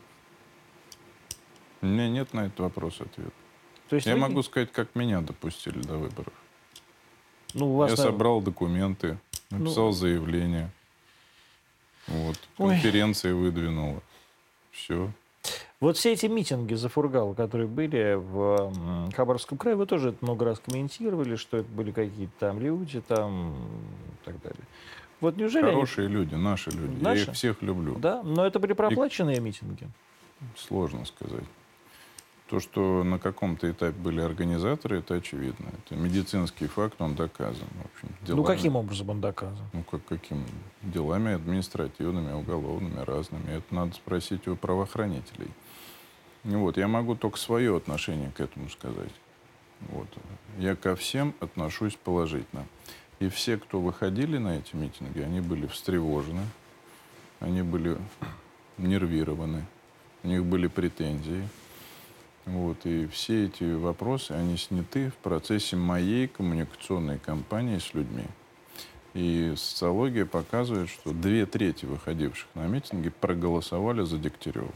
У меня нет на этот вопрос ответа. То есть Я вы- могу сказать, как меня допустили до выборов. Ну, у вас, Я наверное, собрал документы, написал заявление. Вот. Ой. Конференция выдвинула. Все. Вот все эти митинги за Фургала, которые были в Хабаровском крае, вы тоже это много раз комментировали, что это были какие-то там люди, там и так далее. Вот неужели Хорошие люди, наши люди. Наши? Я их всех люблю. Да, но это были проплаченные митинги. Сложно сказать. То, что на каком-то этапе были организаторы, это очевидно. Это медицинский факт, он доказан. В общем, Ну, каким образом он доказан? Ну, каким? Делами административными, уголовными, разными. Это надо спросить у правоохранителей. Вот. Я могу только свое отношение к этому сказать. Вот. Я ко всем отношусь положительно. И все, кто выходили на эти митинги, они были встревожены, они были нервированы, у них были претензии. Вот. И все эти вопросы, они сняты в процессе моей коммуникационной кампании с людьми. И социология показывает, что 2/3 выходивших на митинги проголосовали за Дегтярева.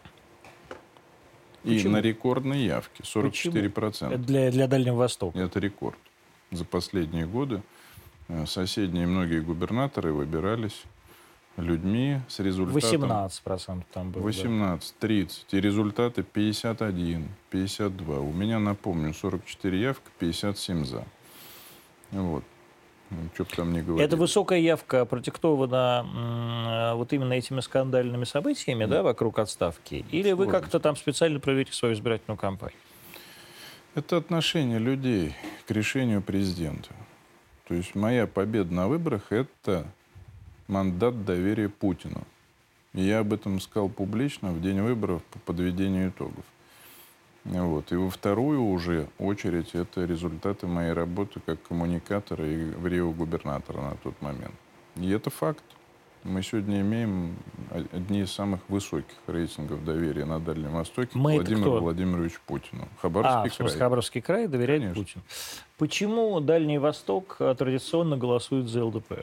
И на рекордной явке 44%. Это для Дальнего Востока. Это рекорд. За последние годы соседние многие губернаторы выбирались людьми с результатом... 18% там было. 18, 30. И результаты 51, 52. У меня, напомню, 44 явка, 57 за. Вот. Что бы там ни говорили. Эта высокая явка продиктована вот именно этими скандальными событиями, да, вокруг отставки? Или вы как-то там специально проведете свою избирательную кампанию? Это отношение людей к решению президента. То есть моя победа на выборах – это мандат доверия Путину. И я об этом сказал публично в день выборов по подведению итогов. Вот. И во вторую уже очередь это результаты моей работы как коммуникатора и губернатора на тот момент. И это факт. Мы сегодня имеем одни из самых высоких рейтингов доверия на Дальнем Востоке Владимиру Владимировичу Путину. Хабаровский край. Хабаровский край доверяет Конечно. Путину. Почему Дальний Восток традиционно голосует за ЛДПР?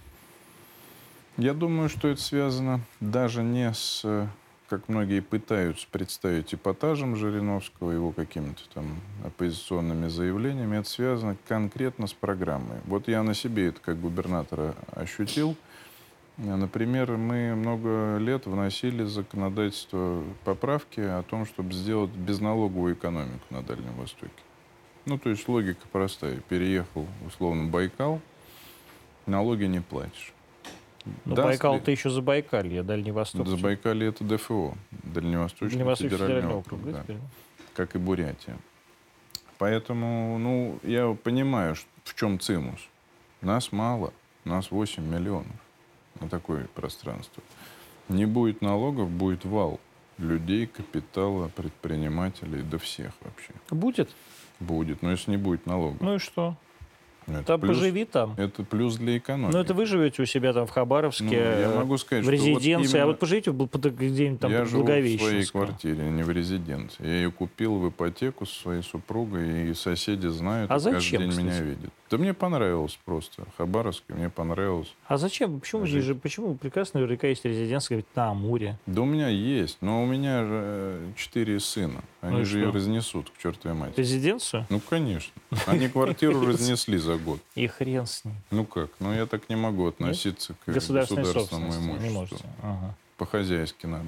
Я думаю, что это связано даже не с, как многие пытаются представить, эпатажем Жириновского, его какими-то там оппозиционными заявлениями. Это связано конкретно с программой. Вот я на себе это как губернатора ощутил. Например, мы много лет вносили законодательство поправки о том, чтобы сделать безналоговую экономику на Дальнем Востоке. Ну, то есть логика простая. Переехал, условно, Байкал, налоги не платишь. Ну, Байкал ты еще Забайкалье, Дальний Восток. Забайкалье это ДФО, Дальневосточный федеральный округ, да, как и Бурятия. Поэтому, ну, я понимаю, в чем цимус. Нас мало, нас 8 миллионов на такое пространство. Не будет налогов, будет вал людей, капитала, предпринимателей, да всех вообще. Будет? Будет, но если не будет налогов. Ну и что? Там поживи там. Это плюс для экономики. Ну, это вы живете у себя там в Хабаровске, я могу сказать, в резиденции, вот именно... а вот поживите где-нибудь там я в Благовещенском. Я живу в своей квартире, не в резиденции. Я ее купил в ипотеку со своей супругой, и соседи знают, а каждый зачем, день кстати? меня видят. Да мне понравилось просто. Хабаровске мне понравилось. А зачем? Почему здесь же, почему прекрасно наверняка есть резиденция на Амуре? Да у меня есть, но у меня же 4 сына. Они же ее разнесут к чертовой матери. Резиденцию? Ну, конечно. Они квартиру разнесли за год. И хрен с ним. Ну как? Ну я так не могу относиться к государственному имуществу. Ага. По-хозяйски надо.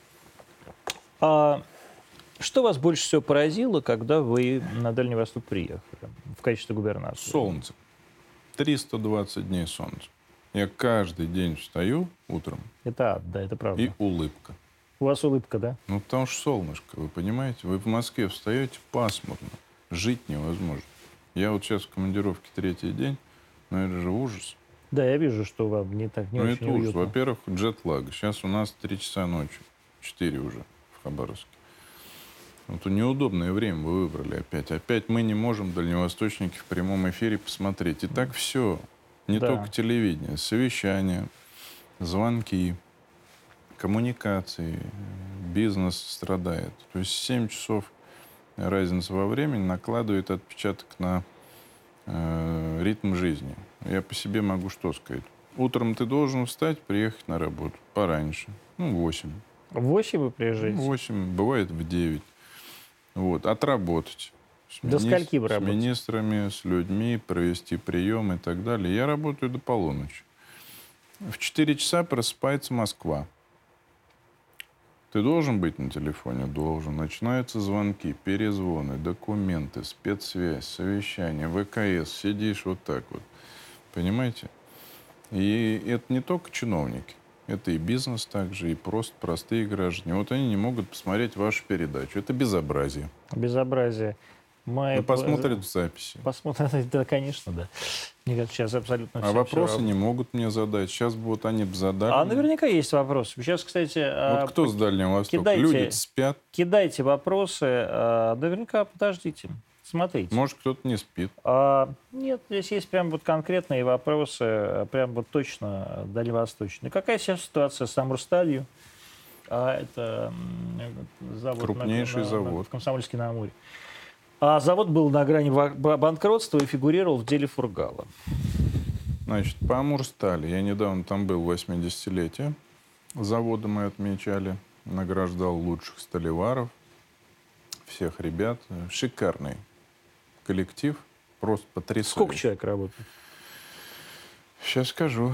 А что вас больше всего поразило, когда вы на Дальний Восток приехали в качестве губернатора? Солнце. 320 дней солнца. Я каждый день встаю утром. Это ад, да, это правда. И улыбка. У вас улыбка, да? Ну, потому что солнышко, вы понимаете? Вы в Москве встаете пасмурно. Жить невозможно. Я вот сейчас в командировке 3-й день, но это же ужас. Да, я вижу, что вам не так, не ну, очень это ужас. уютно. Во-первых, джетлаг. Сейчас у нас 3 часа ночи. 4 уже в Хабаровске. Вот неудобное время вы выбрали опять. Опять мы не можем, дальневосточники, в прямом эфире посмотреть. И так все. Не только телевидение. Совещания, звонки, коммуникации. Бизнес страдает. То есть 7 часов разница во времени накладывает отпечаток на ритм жизни. Я по себе могу что сказать. Утром ты должен встать, приехать на работу. Пораньше. Ну, 8. В 8 вы приезжаете? 8, бывает в 9. Вот. Отработать. До скольки вы работаете? С министрами, с людьми, провести прием и так далее. Я работаю до полуночи. В 4 часа просыпается Москва. Ты должен быть на телефоне? Должен. Начинаются звонки, перезвоны, документы, спецсвязь, совещания, ВКС. Сидишь вот так вот. Понимаете? И это не только чиновники. Это и бизнес также, и просто простые граждане. Вот они не могут посмотреть вашу передачу. Это безобразие. Безобразие. Ну, посмотрят в записи. Посмотрят, да, конечно, да. Мне кажется, сейчас абсолютно А всем вопросы всё не равно. могут мне задать. Сейчас бы вот они бы задали. А наверняка есть вопросы. Сейчас, кстати, Вот кто с Дальнего Востока? кидайте, Люди спят. кидайте вопросы. Наверняка, подождите, смотрите. Может, кто-то не спит. Нет, здесь есть прям вот конкретные вопросы, прям вот точно дальневосточные. Какая сейчас ситуация с Амурсталью? Это завод Крупнейший завод. в Комсомольске-на-Амуре. А завод был на грани банкротства и фигурировал в деле Фургала. Значит, по Амурстали. Я недавно там был, 80-летие. Завода мы отмечали. Награждал лучших сталеваров. Всех ребят. Шикарный коллектив. Просто потрясающий. Сколько человек работает? Сейчас скажу.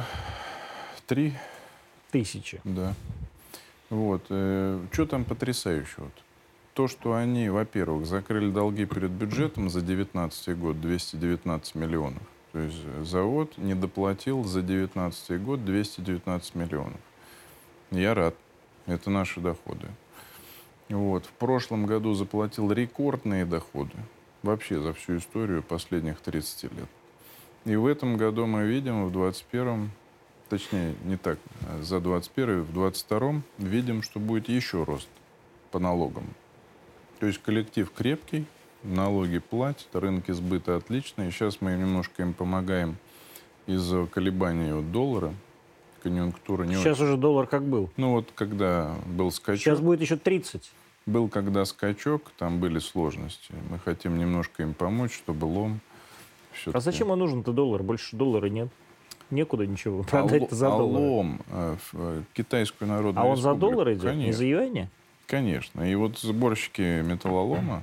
3000. Да. Вот. Что там потрясающего? То, что они, во-первых, закрыли долги перед бюджетом за 2019 год 219 миллионов. То есть завод не доплатил за 2019 год 219 миллионов. Я рад. Это наши доходы. Вот. В прошлом году заплатил рекордные доходы. Вообще за всю историю последних 30 лет. И в этом году мы видим, в 2021, точнее, не так, за 2021, в 2022 видим, что будет еще рост по налогам. То есть коллектив крепкий, налоги платят, рынки сбыта отличные. Сейчас мы немножко им помогаем из-за колебаний от доллара. Конъюнктура не Сейчас очень. уже доллар как был. Ну вот когда был скачок. Сейчас будет еще 30. Был когда скачок, там были сложности. Мы хотим немножко им помочь, чтобы лом все-таки... А зачем он нужен-то доллар? Больше доллара нет. Некуда ничего продать за доллар. лом в Китайскую Народную А он за Республику, доллар идет, не конечно, за юани? Конечно. И вот сборщики металлолома,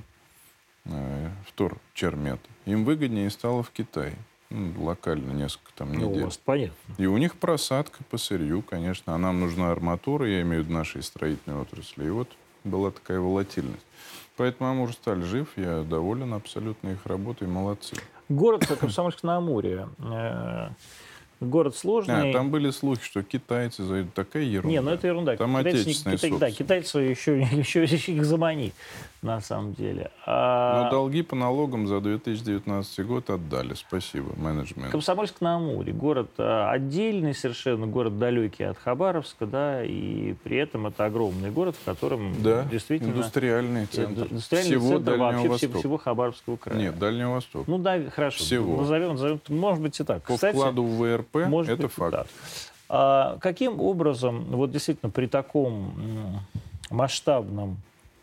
вторчермет, им выгоднее стало в Китае. Локально несколько там Ну, у недель. вас понятно. И у них просадка по сырью, конечно. А нам нужна арматура, я имею в виду нашей строительной отрасли. И вот была такая волатильность. Поэтому Амурсталь жив, я доволен абсолютно их работой, молодцы. Город Комсомольск-на-Амуре. Город сложный. Там были слухи, что китайцы зайдут. Такая ерунда. Не, ну это ерунда. Там Китайцы, отечественная да, собственность. китайцы еще их замани, на самом деле. Но долги по налогам за 2019 год отдали. Спасибо, менеджмент. Комсомольск-на-Амуре. Город отдельный совершенно, город далекий от Хабаровска, да, и при этом это огромный город, в котором Да, действительно... индустриальный центр. Индустриальный Всего центр Дальнего вообще Востока. всего Хабаровского края. Нет, Дальнего Востока. Ну да, хорошо. Всего. Назовем, может быть и так. По Кстати, вкладу в ВРП может это быть и факт. так. Каким образом, вот действительно при таком масштабном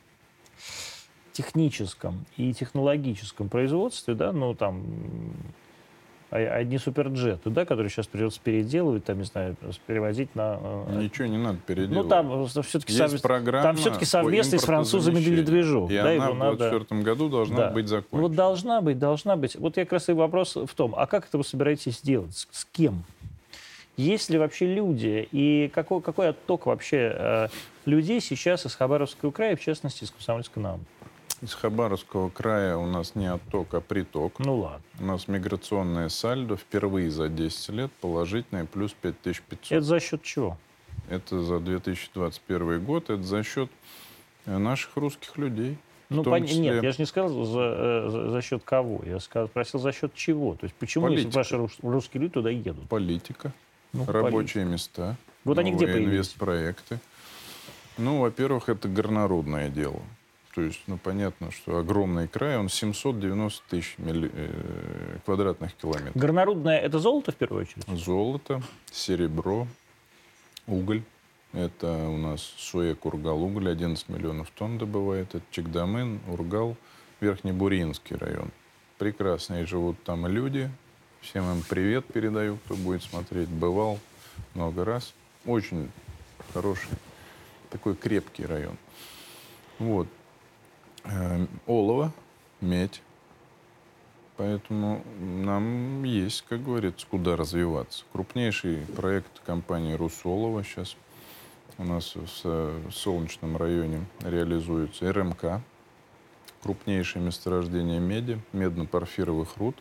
техническом и технологическом производстве, да, ну там одни суперджеты, да, которые сейчас придется переделывать, там, не знаю, перевозить на... Ничего не надо переделывать. Ну, там все-таки Есть программа совместный с французами движок. И Да, она его в надо... 2024 году должна быть закончена. Ну, вот должна быть. Вот я как раз и вопрос в том, а как это вы собираетесь делать? С кем? Есть ли вообще люди? И какой отток вообще людей сейчас из Хабаровского края, в частности, из Комсомольска-на-Амуре? Из Хабаровского края у нас не отток, а приток. Ну ладно. У нас миграционное сальдо впервые за 10 лет положительное, плюс 5500. Это за счет чего? Это за 2021 год, это за счет наших русских людей. Ну, в том числе... Нет, я же не сказал за счет кого. Я спросил, за счет чего. То есть почему, если ваши русские люди туда едут? Политика, Ну, рабочие места, вот они где новые появились? инвестпроекты. Ну, во-первых, это горнорудное дело. То есть, ну, понятно, что огромный край, он 790 тысяч квадратных километров. Горнорудное — это золото в первую очередь? Золото, серебро, уголь. Это у нас Суэк, Ургал, уголь, 11 миллионов тонн добывает. Это Чекдамын, Ургал, Верхнебуринский район. Прекрасные живут там люди. Всем им привет передаю, кто будет смотреть. Бывал много раз. Очень хороший, такой крепкий район. Вот. Олово, медь. Поэтому нам есть, как говорится, куда развиваться. Крупнейший проект компании «Русолово» сейчас у нас в Солнечном районе реализуется. РМК. Крупнейшее месторождение меди, медно-порфировых руд.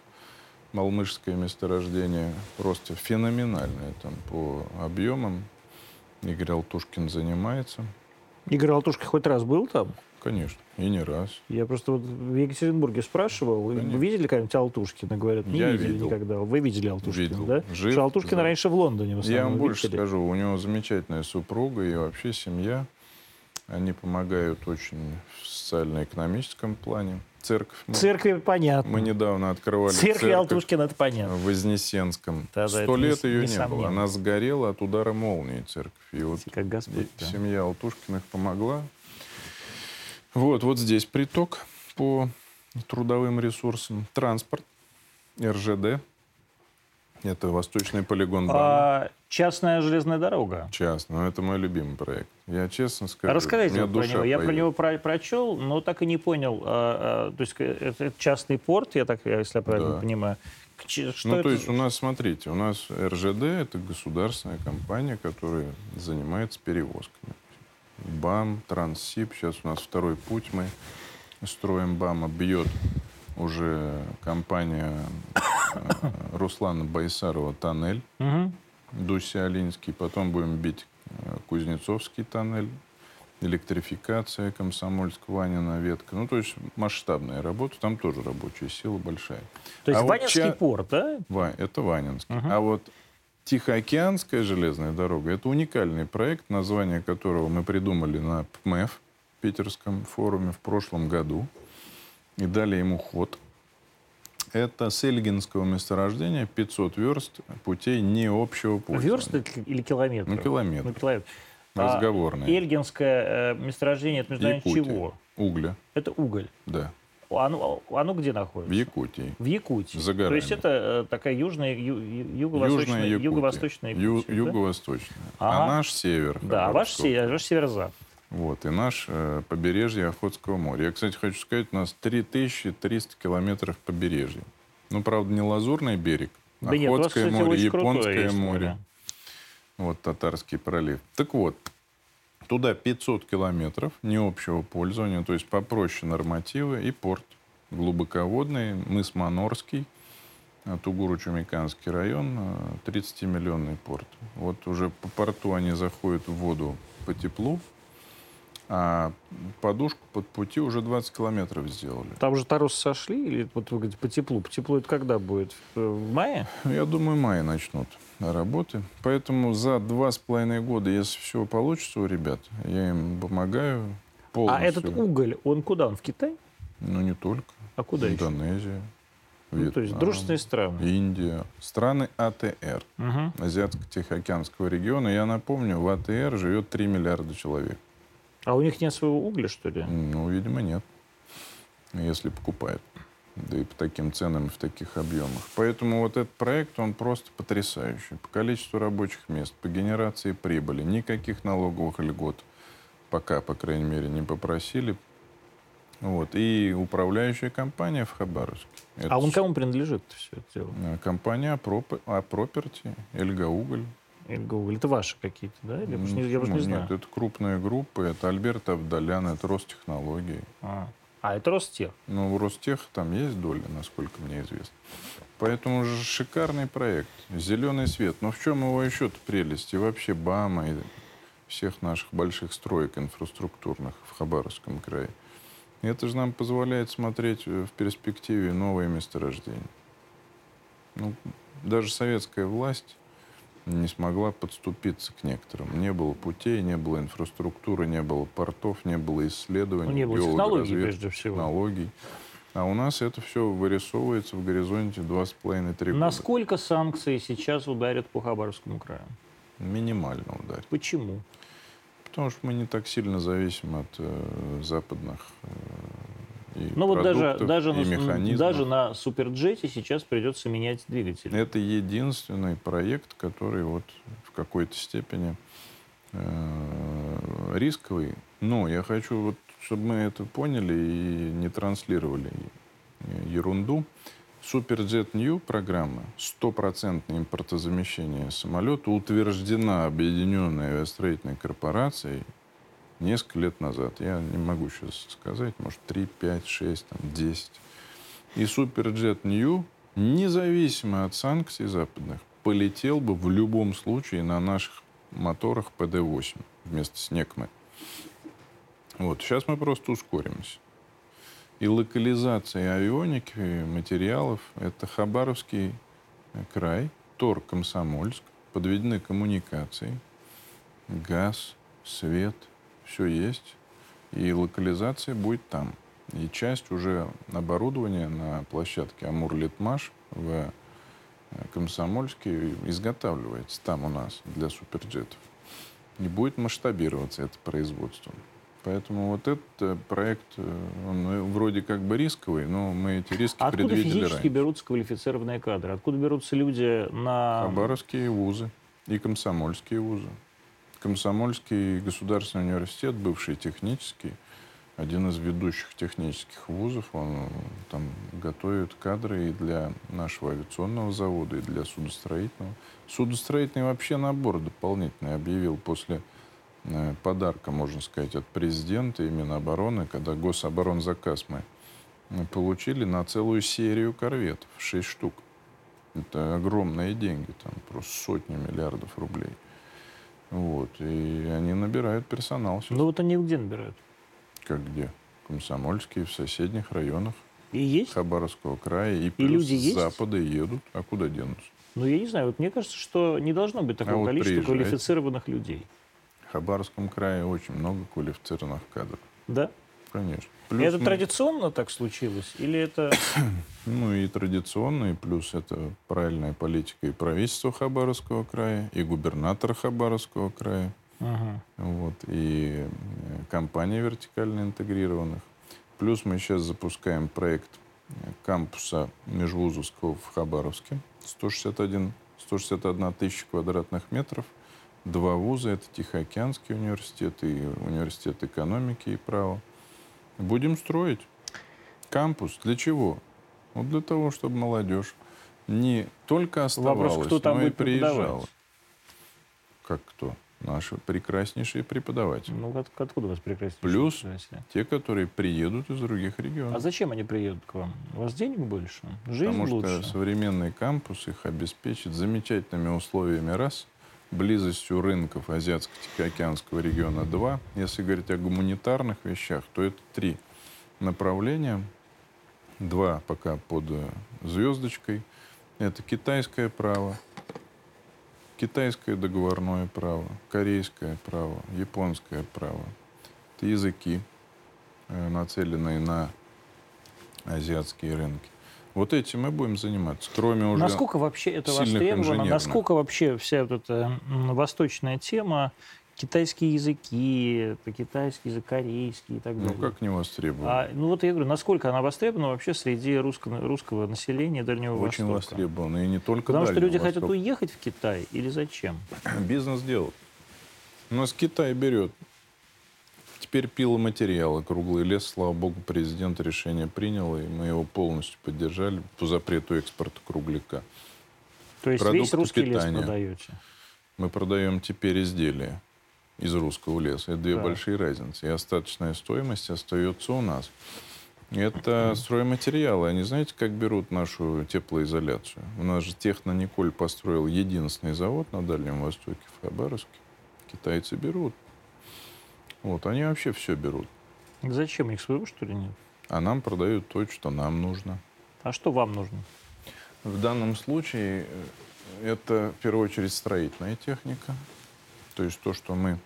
Малмышское месторождение просто феноменальное там по объемам. Игорь Алтушкин занимается. Игорь Алтушкин хоть раз был там? Конечно, и не раз. Я просто вот в Екатеринбурге спрашивал, вы Конечно. видели когда-нибудь Алтушкина? Говорят, не Я видели видел. никогда. Вы видели Алтушкина, Видел. да? Жив, Что Алтушкина да. раньше в Лондоне в Я основном вам больше видели. скажу, у него замечательная супруга и вообще семья. Они помогают очень в социально-экономическом плане. Церковь. Церкви понятно. Мы недавно открывали Церкви церковь Алтушкина, это понятно. в Вознесенском. Да-да, 100 это лет ее не несомненно. было. Она сгорела от удара молнии, церковь. И вот Как Господь. Да. семья Алтушкиных помогла. Вот здесь приток по трудовым ресурсам. Транспорт, РЖД. Это Восточный полигон БАМа. Частная железная дорога. Частно. Но это мой любимый проект. Я честно скажу, Расскажите у меня вот про душа него. Я про поет. него прочел, но так и не понял. То есть это частный порт, если я правильно Да. понимаю. Что Ну, это? то есть у нас, смотрите, у нас РЖД — это государственная компания, которая занимается перевозками. БАМ, Транссиб. Сейчас у нас второй путь мы строим БАМа. Бьет уже компания Руслана Байсарова тоннель Мгм. Дуся-Алинский. Потом будем бить Кузнецовский тоннель. Электрификация, Комсомольск-Ванина ветка. Ну, то есть масштабная работа. Там тоже рабочая сила большая. То есть А вот Ванинский порт, да? Это Ванинский. Мгм. А вот Тихоокеанская железная дорога — это уникальный проект, название которого мы придумали на ПМЭФ, Питерском форуме, в прошлом году. И дали ему ход. Это с Эльгинского месторождения 500 верст путей не общего пользования. Верст или километр? Ну, километр. Ну, километр. Разговорное. Эльгинское месторождение, это между Якутия. чего? Угля, Это уголь. да. Оно где В находится? Якутии. В Якутии. За горами. То есть это такая южная, юго-восточная, Южная юго-восточная Якутия, да? Юго-восточная. Ага. А наш север. Да, а ваш северо-запад. Вот, и наш побережье Охотского моря. Я, кстати, хочу сказать, у нас 3300 километров побережья. Ну, правда, не Лазурный берег, Да нет, у вас, Охотское кстати, море, очень крутое Японское есть море. Вот Татарский пролив. Так вот, туда 500 километров не общего пользования, то есть попроще нормативы, и порт глубоководный, мыс Манорский, Тугуро-Чумиканский район, 30-миллионный порт. Вот уже по порту они заходят в воду по теплу, а подушку под пути уже 20 километров сделали. Там же Тарусы сошли? Или вот вы говорите, по теплу? По теплу это когда будет? В мае? Я думаю, в мае начнут работы. Поэтому за 2,5 года, если все получится у ребят, я им помогаю полностью. А этот уголь, он куда? Он в Китай? Ну, не только. А куда еще? Индонезия, Ну, то есть Вьетнам, дружественные страны. Индия. Страны АТР, Мгм. Азиатско-Тихоокеанского региона. Я напомню, в АТР живет 3 миллиарда человек. А у них нет своего угля, что ли? Ну, видимо, нет. Если покупают. Да и по таким ценам, и в таких объемах. Поэтому вот этот проект, он просто потрясающий. По количеству рабочих мест, по генерации прибыли. Никаких налоговых льгот пока, по крайней мере, не попросили. Вот. И управляющая компания в Хабаровске. А он кому принадлежит все это дело? Компания Апроперти, Эльгауголь. Уголь. Это ваши какие-то, да? Я просто не Ну, знаю. Нет, это крупная группа. Это Альберт Авдалян, это Ростехнологии. Это Ростех. Ну, у Ростеха там есть доля, насколько мне известно. Поэтому же шикарный проект. Зеленый свет. Но в чем его еще-то прелесть? И вообще БАМа, и всех наших больших строек инфраструктурных в Хабаровском крае. И это же нам позволяет смотреть в перспективе новые месторождения. Ну, даже советская власть не смогла подступиться к некоторым. Не было путей, не было инфраструктуры, не было портов, не было исследований, Ну, не было технологий, прежде всего. технологий. А у нас это все вырисовывается в горизонте 2,5-3 года. Насколько санкции сейчас ударят по Хабаровскому краю? Минимально ударит. Почему? Потому что мы не так сильно зависим от западных и Ну вот продуктов, даже и механизмов. даже на Суперджете сейчас придется менять двигатель. Это единственный проект, который вот в какой-то степени рисковый. Но я хочу, вот, чтобы мы это поняли и не транслировали ерунду. Суперджет Нью программа, 100% импортозамещение самолета, утверждена Объединенной авиастроительной корпорацией несколько лет назад. Я не могу сейчас сказать, может, 3, 5, 6, 10. И Суперджет Нью, независимо от санкций западных, полетел бы в любом случае на наших моторах ПД-8 вместо СНЕКМы. Вот. Сейчас мы просто ускоримся. И локализация авионики, материалов – это Хабаровский край, ТОР Комсомольск, подведены коммуникации, газ, свет, все есть. И локализация будет там. И часть уже оборудования на площадке Амур-Литмаш в Комсомольске изготавливается там у нас для суперджетов. И будет масштабироваться это производство. Поэтому вот этот проект, он вроде как бы рисковый, но мы эти риски Откуда предвидели физически раньше. берутся квалифицированные кадры? Откуда берутся люди на... Хабаровские вузы и комсомольские вузы. Комсомольский государственный университет, бывший технический, один из ведущих технических вузов, он там готовит кадры и для нашего авиационного завода, и для судостроительного. Судостроительный вообще набор дополнительный объявил после подарка, можно сказать, от президента и Минобороны, когда гособоронзаказ мы получили на целую серию корветов, 6 штук. Это огромные деньги, там просто сотни миллиардов рублей. Вот. И они набирают персонал сейчас. Ну вот они где набирают? Как где? Комсомольские, в соседних районах И есть? Хабаровского края. И плюс люди с есть? запада едут. А куда денутся? Ну, я не знаю. Вот мне кажется, что не должно быть такого вот количества приезжайте. квалифицированных людей. В Хабаровском крае очень много квалифицированных кадров. Да? Конечно. Это традиционно так случилось? Или это... Ну и традиционно, и плюс это правильная политика и правительства Хабаровского края, и губернатора Хабаровского края, вот, и компаний вертикально интегрированных. Плюс мы сейчас запускаем проект кампуса межвузовского в Хабаровске. 161 тысяча квадратных метров. 2 вуза. Это Тихоокеанский университет и университет экономики и права. Будем строить кампус. Для чего? Вот для того, чтобы молодежь не только оставалась, Вопрос, кто там но и будет приезжала. преподавать? Как кто? Наши прекраснейшие преподаватели. Ну, откуда у вас прекраснейшие Плюс преподаватели? те, которые приедут из других регионов. А зачем они приедут к вам? У вас денег больше? Жизнь Потому лучше? что современный кампус их обеспечит замечательными условиями раз, близостью рынков Азиатско-Тихоокеанского региона 2. Если говорить о гуманитарных вещах, то это 3 направления. 2 пока под звездочкой. Это китайское право, китайское договорное право, корейское право, японское право. Это языки, нацеленные на азиатские рынки. Вот этим мы будем заниматься. Кроме уже насколько вообще это сильных востребовано? инженерных. Насколько вообще вся вот эта восточная тема, китайские языки, по-китайски язык, корейский и так далее? Ну, как не востребовано? Ну вот я говорю, насколько она востребована вообще среди русского населения Дальнего Очень Востока? востребовано. И не только Потому что Дальнего люди хотят Востока. уехать в Китай или зачем? Бизнес делают. У нас Китай берет. Теперь пиломатериалы, круглый лес, слава богу, президент решение принял, и мы его полностью поддержали по запрету экспорта кругляка. То есть Продукты весь русский питания. лес продаете? Мы продаем теперь изделия из русского леса. Это 2 Так. большие разницы. И остаточная стоимость остается у нас. Это стройматериалы. Они знаете, как берут нашу теплоизоляцию? У нас же Технониколь построил единственный завод на Дальнем Востоке, в Хабаровске. Китайцы берут. Вот, они вообще все берут. Зачем? У них своего, что ли, нет? А нам продают то, что нам нужно. А что вам нужно? В данном случае это, в первую очередь, строительная техника. То есть то, что мы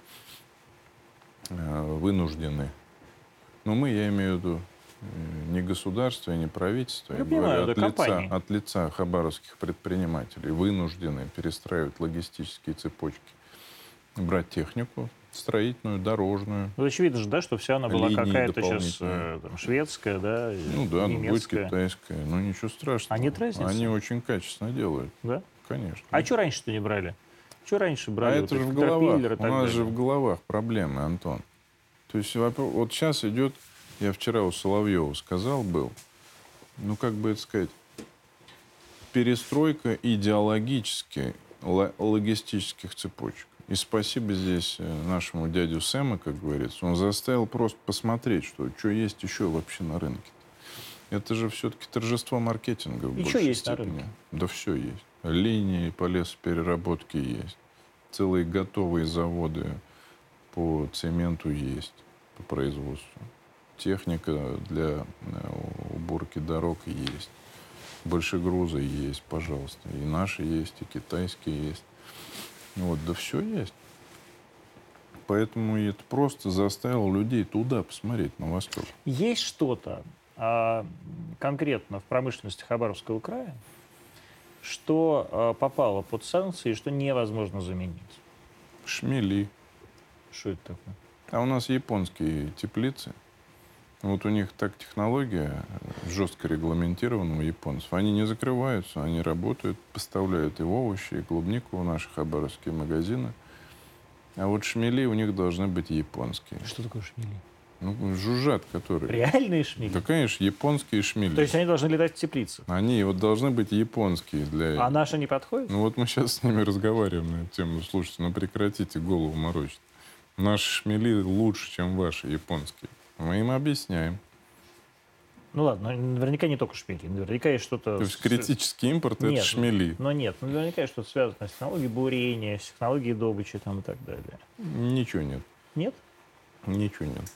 вынуждены. Но мы, я имею в виду, не государство и не правительство. Я понимаю, это компании. От лица хабаровских предпринимателей вынуждены перестраивать логистические цепочки, брать технику строительную, дорожную. Ну, очевидно же, да, что вся она была Линии какая-то сейчас дополнительные. шведская, да, Ну да, ну, будет немецкая. китайская. Ну ничего страшного. А нет разницы? Они очень качественно делают. Да? Конечно. А что раньше-то не брали? Что раньше брали? А вот это же эти в головах. Caterpillar и У так нас же далее? в головах проблемы, Антон. То есть вот сейчас идет, я вчера у Соловьева сказал был, ну как бы это сказать, перестройка идеологически логистических цепочек. И спасибо здесь нашему дядю Сэму, как говорится. Он заставил просто посмотреть, что есть еще вообще на рынке. Это же все-таки торжество маркетинга в И большей что есть на степени. рынке? Да все есть. Линии по лесопереработке есть. целые готовые заводы по цементу есть, по производству. Техника для уборки дорог есть. Большегрузы есть, пожалуйста. И наши есть, и китайские есть. Вот, да все есть. Поэтому это просто заставило людей туда посмотреть, на восток. Есть что-то конкретно в промышленности Хабаровского края, что попало под санкции и что невозможно заменить? Шмели. Что это такое? А у нас японские теплицы. Вот у них так технология жестко регламентирована у японцев. Они не закрываются, они работают, поставляют и овощи, и клубнику в наши хабаровские магазины. А вот шмели у них должны быть японские. Что такое шмели? Ну, жужжат, которые. Реальные шмели? Да, конечно, японские шмели. То есть они должны летать в теплицах? Они вот должны быть японские. А наши не подходят? Ну вот мы сейчас с ними разговариваем на эту тему. Слушайте, ну прекратите голову морочить. Наши шмели лучше, чем ваши японские. Мы им объясняем. Ну ладно, наверняка не только шмели. Наверняка есть что-то... То есть критический импорт — это шмели. Но нет, наверняка есть что-то связано с технологией бурения, с технологией добычи там, и так далее. Ничего нет. Нет? Ничего нет.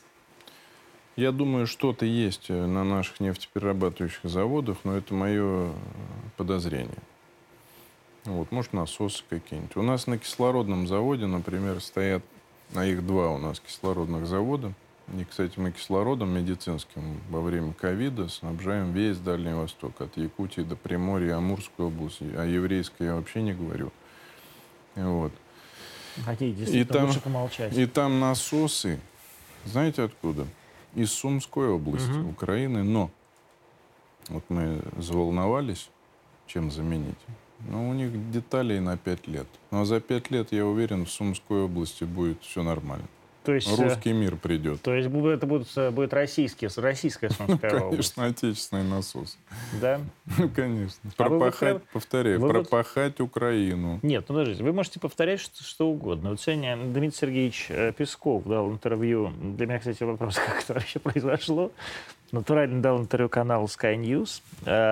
Я думаю, что-то есть на наших нефтеперерабатывающих заводах, но это мое подозрение. Вот, может, насосы какие-нибудь. У нас на кислородном заводе, например, стоят, а их два у нас кислородных завода. И, кстати, мы кислородом медицинским во время ковида снабжаем весь Дальний Восток, от Якутии до Приморья, Амурской области. О еврейской я вообще не говорю. Вот. Хотите, действительно, лучше помолчать. И там насосы, знаете откуда? Из Сумской области, Украины. Но вот мы заволновались, чем заменить. Но у них деталей на 5 лет. Но за 5 лет, я уверен, в Сумской области будет все нормально. То есть, русский мир придет. То есть это будет российская Сумская область? Конечно, отечественный насос. Да? Ну, конечно. Пропахать, повторяю, пропахать Украину. Нет, ну подождите, вы можете повторять что угодно. Вот сегодня Дмитрий Сергеевич Песков дал интервью. Для меня, кстати, вопрос, как это вообще произошло. Натурально дал интервью каналу Sky News,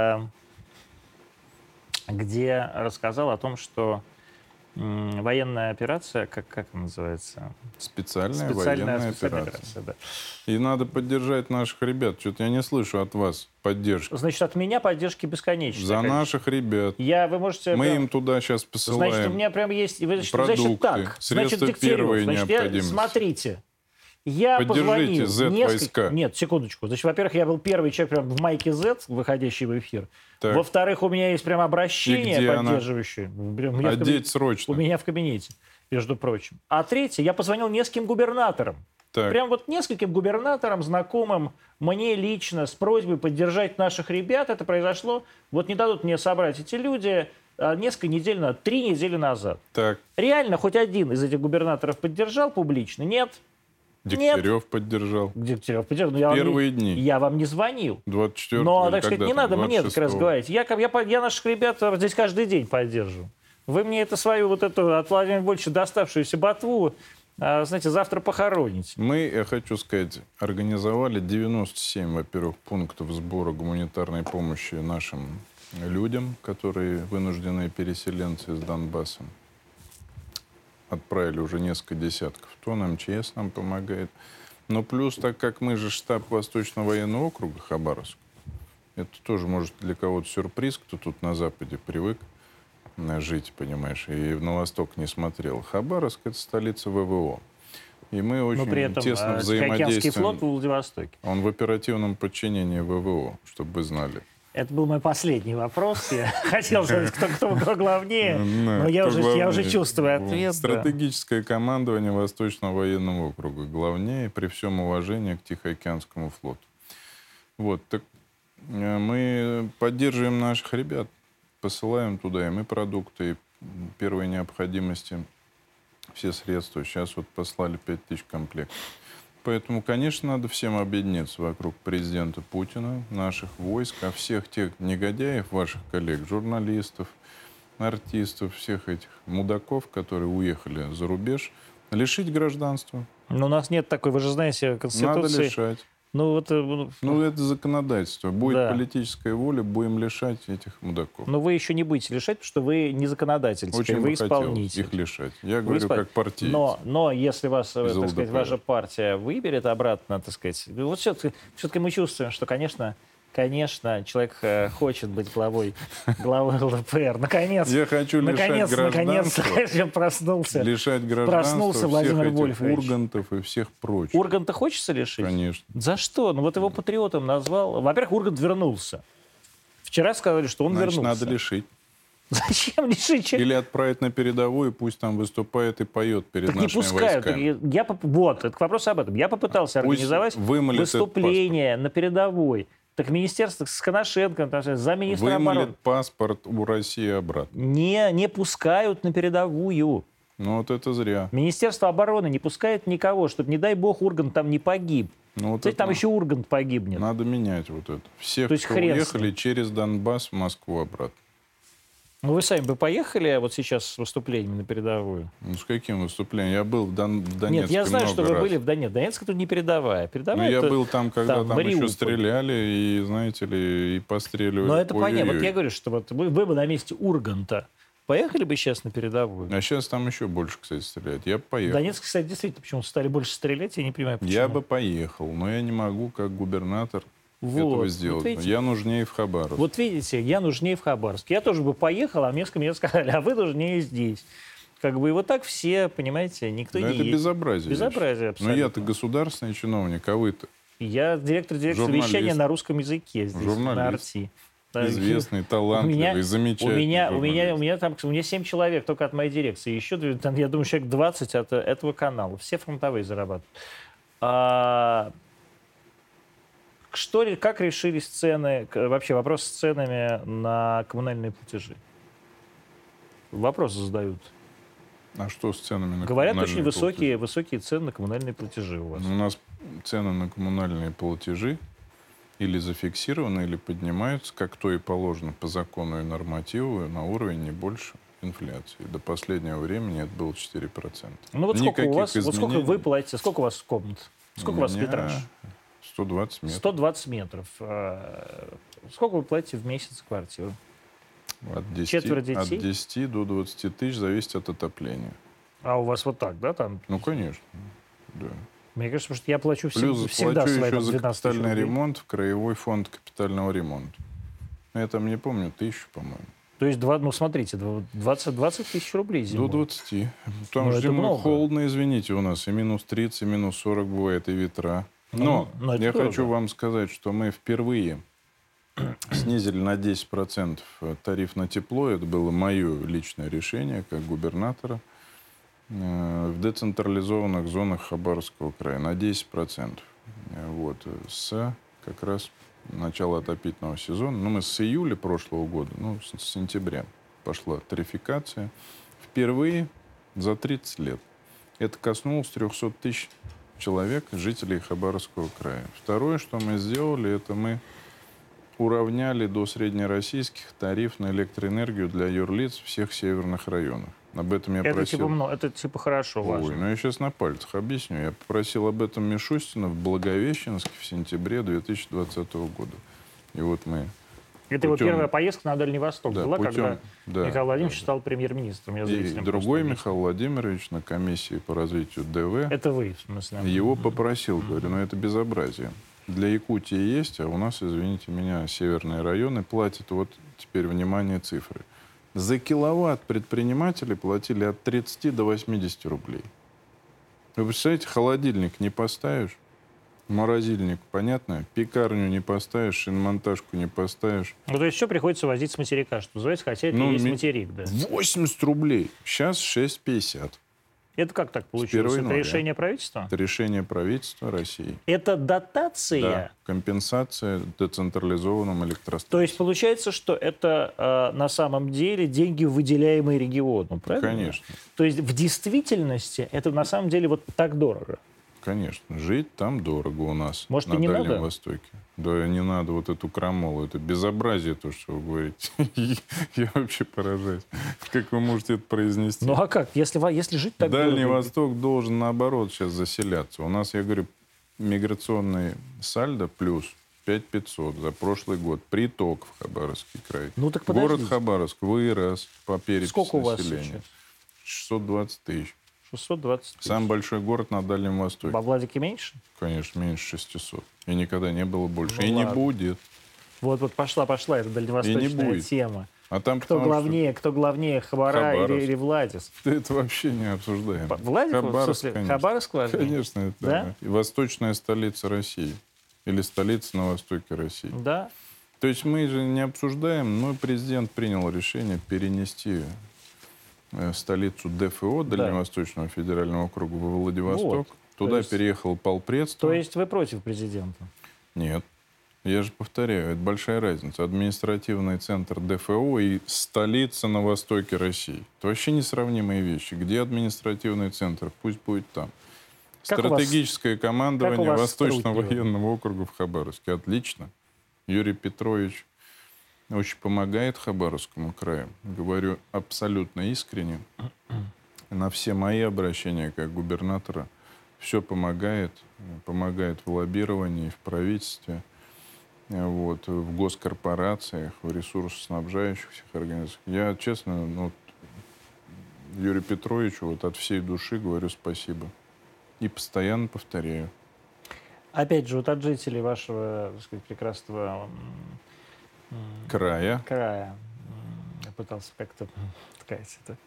где рассказал о том, что военная операция, как она называется? Специальная военная операция. Да. И надо поддержать наших ребят. Что-то я не слышу от вас поддержки. Значит, от меня поддержки бесконечной. За наших ребят. Вы можете... Мы им туда сейчас посылаем. Значит, у меня прям есть... Продукты, значит, так. средства первой необходимости. Смотрите. Я Поддержите позвонил Z-войска. Нет, секундочку. Значит, во-первых, я был первый человек прям в майке Z, выходящий в эфир. Так. Во-вторых, у меня есть прям обращение поддерживающее. Одеть срочно. У меня в кабинете, между прочим. А третье, я позвонил нескольким губернаторам. Так. Прям вот нескольким губернаторам, знакомым мне лично, с просьбой поддержать наших ребят. Это произошло, вот не дадут мне собрать эти люди, несколько недель назад, 3 недели назад. Так. Реально хоть один из этих губернаторов поддержал публично? Нет. Дегтярев поддержал. Дегтярев поддержал. Первые дни. Я вам не звонил. 24-го. Но, так сказать, не надо 26-го. мне как раз говорить. Я наших ребят здесь каждый день поддерживаю. Вы мне свою вот эту от Владимира Вольфовича доставшуюся ботву, знаете, завтра похороните. Мы, я хочу сказать, организовали 97, во-первых, пунктов сбора гуманитарной помощи нашим людям, которые вынужденные переселенцы из Донбасса. Отправили уже несколько десятков тонн, МЧС нам помогает. Но плюс, так как мы же штаб Восточного военного округа Хабаровск, это тоже, может, для кого-то сюрприз, кто тут на Западе привык жить, понимаешь, и на восток не смотрел. Хабаровск — это столица ВВО. И мы очень при этом, тесно взаимодействуем. Тихоокеанский флот в Владивостоке. Он в оперативном подчинении ВВО, чтобы вы знали. Это был мой последний вопрос. Я хотел сказать, кто главнее, но я уже чувствую ответ. Стратегическое командование Восточного военного округа главнее, при всем уважении к Тихоокеанскому флоту. Вот, так мы поддерживаем наших ребят, посылаем туда им и продукты, и первой необходимости, все средства. Сейчас вот послали 5000 комплектов. Поэтому, конечно, надо всем объединиться вокруг президента Путина, наших войск, а всех тех негодяев, ваших коллег, журналистов, артистов, всех этих мудаков, которые уехали за рубеж, лишить гражданства. Но у нас нет такой, вы же знаете, Конституции. Надо лишать. Ну, вот, Ну, это законодательство. Будет да. политическая воля, будем лишать этих мудаков. Но вы еще не будете лишать, потому что вы не законодатель, теперь Очень вы бы хотелось исполнитель. их лишать. Я Вы говорю, как партиец. но если вас, из так сказать, ЛДПР. ваша партия выберет обратно, так сказать, вот все-таки мы чувствуем, что, конечно, человек хочет быть главой ЛДПр. Наконец, Я хочу лишать гражданства, проснулся. лишать гражданства Проснулся всех Владимир этих Вольфович. Ургантов и всех прочих. Урганта хочется лишить? Конечно. За что? Ну вот его патриотом назвал. Во-первых, Ургант вернулся. Вчера сказали, что он Значит, вернулся. надо лишить. Зачем лишить? Или отправить на передовую, пусть там выступает и поет перед Так не нашими пускают. войсками. Вот, это вопрос об этом. Я попытался Пусть организовать вымолит этот выступление на передовой. Так министерство с Коношенко, замминистра обороны, Вымолит паспорт у России обратно. не пускают на передовую. Ну вот это зря. Министерство обороны не пускает никого, чтобы, не дай бог, Ургант там не погиб. Ну, вот Кстати, это там еще Ургант погибнет. надо менять вот это. Всех, То есть кто хрен с уехали ним. через Донбасс в Москву обратно. Ну, вы сами бы поехали вот сейчас с выступлениями на передовую? Ну, с каким выступлением? Я был в Донецке Нет, я знаю, много что вы раз. были в Донецке. Донецк это не передовая. Ну, Передовая я это был там, когда там еще Мариуполь. стреляли, и, знаете ли, и постреливали. Но это понятно. Вот Ой-ой-ой. я говорю, что вот вы бы на месте Урганта поехали бы сейчас на передовую? А сейчас там еще больше, кстати, стреляют. Я бы В поехал. Донецке, кстати, действительно почему-то стали больше стрелять, я не понимаю, почему. Я бы поехал, но я не могу, как губернатор, Вот. этого сделать. Вот видите? Я нужнее в Хабаровске. Вот видите, я нужнее в Хабаровске. Я тоже бы поехал, а мне сказали, а вы нужнее здесь. Как бы и вот так все, понимаете, никто Но не это едет. безобразие. Безобразие Но абсолютно. я-то государственный чиновник, а вы-то Я директор Журналист. вещания на русском языке здесь, Журналист. на Арти. Да, известный, талантливый, замечательный. у меня журналист. у меня 7 человек только от моей дирекции. Еще, там, я думаю, человек 20 от этого канала. Все фронтовые зарабатывают. Как решились цены, вообще вопрос с ценами на коммунальные платежи? Вопросы задают. А что с ценами на Говорят, коммунальные очень платежи? высокие цены на коммунальные платежи у вас. У нас цены на коммунальные платежи или зафиксированы, или поднимаются, как то и положено по закону и нормативу, на уровень не больше инфляции. До последнего времени это было 4%. Ну вот сколько у вас, вот сколько вы изменений. платите, сколько у вас комнат? Сколько у вас метраж? 120 метров. 120 метров. Сколько вы платите в месяц за квартиру? От 10, Четверо детей? От 10 до 20 тысяч зависит от отопления. А у вас вот так, да, там? Ну, конечно. Да. Мне кажется, что я плачу Плюс всегда плачу свои еще там, за 12 тысяч капитальный рублей. ремонт в Краевой фонд капитального ремонта. Я там не помню, 1000, по-моему. То есть, смотрите, 20 тысяч рублей зимой. До 20. Там Ну, же это зимой много. холодно, извините, у нас и минус 30, и минус 40 бывает, и ветра. Но Ну, это я дорого. хочу вам сказать, что мы впервые снизили на 10% тариф на тепло. Это было мое личное решение как губернатора в децентрализованных зонах Хабаровского края на 10%. Вот. С как раз начала отопительного сезона. Ну, мы с июля прошлого года, ну, с сентября пошла тарификация. Впервые за 30 лет. Это коснулось 300 тысяч человек, жителей Хабаровского края. Второе, что мы сделали, это мы уравняли до среднероссийских тариф на электроэнергию для юрлиц всех северных районов. Об этом я просил... Это типа хорошо, важно. Ой, ну я сейчас на пальцах объясню. Я попросил об этом Мишустина в Благовещенске в сентябре 2020 года. И вот мы... Это его путем- первая поездка на Дальний Восток Да, была, когда да, Михаил Владимирович да. стал премьер-министром. Я И зрителям другой просто Михаил Владимирович на комиссии по развитию ДВ объясню. Это вы, в смысле. его попросил, говорю, ну это безобразие. Для Якутии есть, а у нас, извините меня, северные районы платят, вот теперь, внимание, цифры. За киловатт предприниматели платили от 30 до 80 рублей. Вы представляете, холодильник не поставишь, морозильник, понятно, пекарню не поставишь, шиномонтажку не поставишь. Ну, то есть все приходится возить с материка, что называется, хотя это Ну, и есть ми- материк, да. 80 рублей, сейчас 6,50. Это как так получилось? 1 Это января. решение правительства? Это решение правительства России. Это дотация? Да, компенсация децентрализованным электростанциям. То есть получается, что это на самом деле деньги, выделяемые региону, правильно? Конечно, То есть в действительности это на самом деле вот так дорого. конечно. Жить там дорого у нас, Может, на и не Дальнем надо? Востоке. Да, не надо вот эту крамолу. Это безобразие, то, что вы говорите. Я вообще поражаюсь. Как вы можете это произнести? Ну а как? Если жить так Дальний дорого... Восток должен, наоборот, сейчас заселяться. У нас, я говорю, миграционный сальдо плюс 5500 за прошлый год. Приток в Хабаровский край. Ну так Город подождите. Хабаровск вырос по переписи Сколько у вас населения. сейчас? 620 тысяч. 620 тысяч. Самый большой город на Дальнем Востоке. Во Владике меньше? Конечно, меньше 600. И никогда не было больше. Ну и ладно. не будет. Вот пошла эта дальневосточная будет. тема. А там Кто главнее, Хабара Хабаровск. или Владис? Это вообще не обсуждаем. Владик? Хабаровск, В смысле, конечно. Хабаровск важнее? Конечно, это Да? и восточная столица России. Или столица на востоке России. Да. То есть мы же не обсуждаем, но президент принял решение перенести столицу ДФО, Дальневосточного федерального округа, во Владивосток. Вот. Туда есть- переехал полпредство. То есть вы против президента? Нет. Я же повторяю, это большая разница. Административный центр ДФО и столица на востоке России. Это вообще несравнимые вещи. Где административный центр? Пусть будет там. Как у вас- Стратегическое командование как у вас Восточного Струкиева? военного округа в Хабаровске. Отлично. Юрий Петрович очень помогает Хабаровскому краю. Говорю абсолютно искренне. На все мои обращения как губернатора все помогает. Помогает в лоббировании, в правительстве, вот, в госкорпорациях, в ресурсоснабжающих всех организациях. Я, честно, Юрию Петровичу вот от всей души говорю спасибо. И постоянно повторяю. Опять же, вот от жителей вашего, так сказать, прекрасного Края. я пытался как-то сказать это.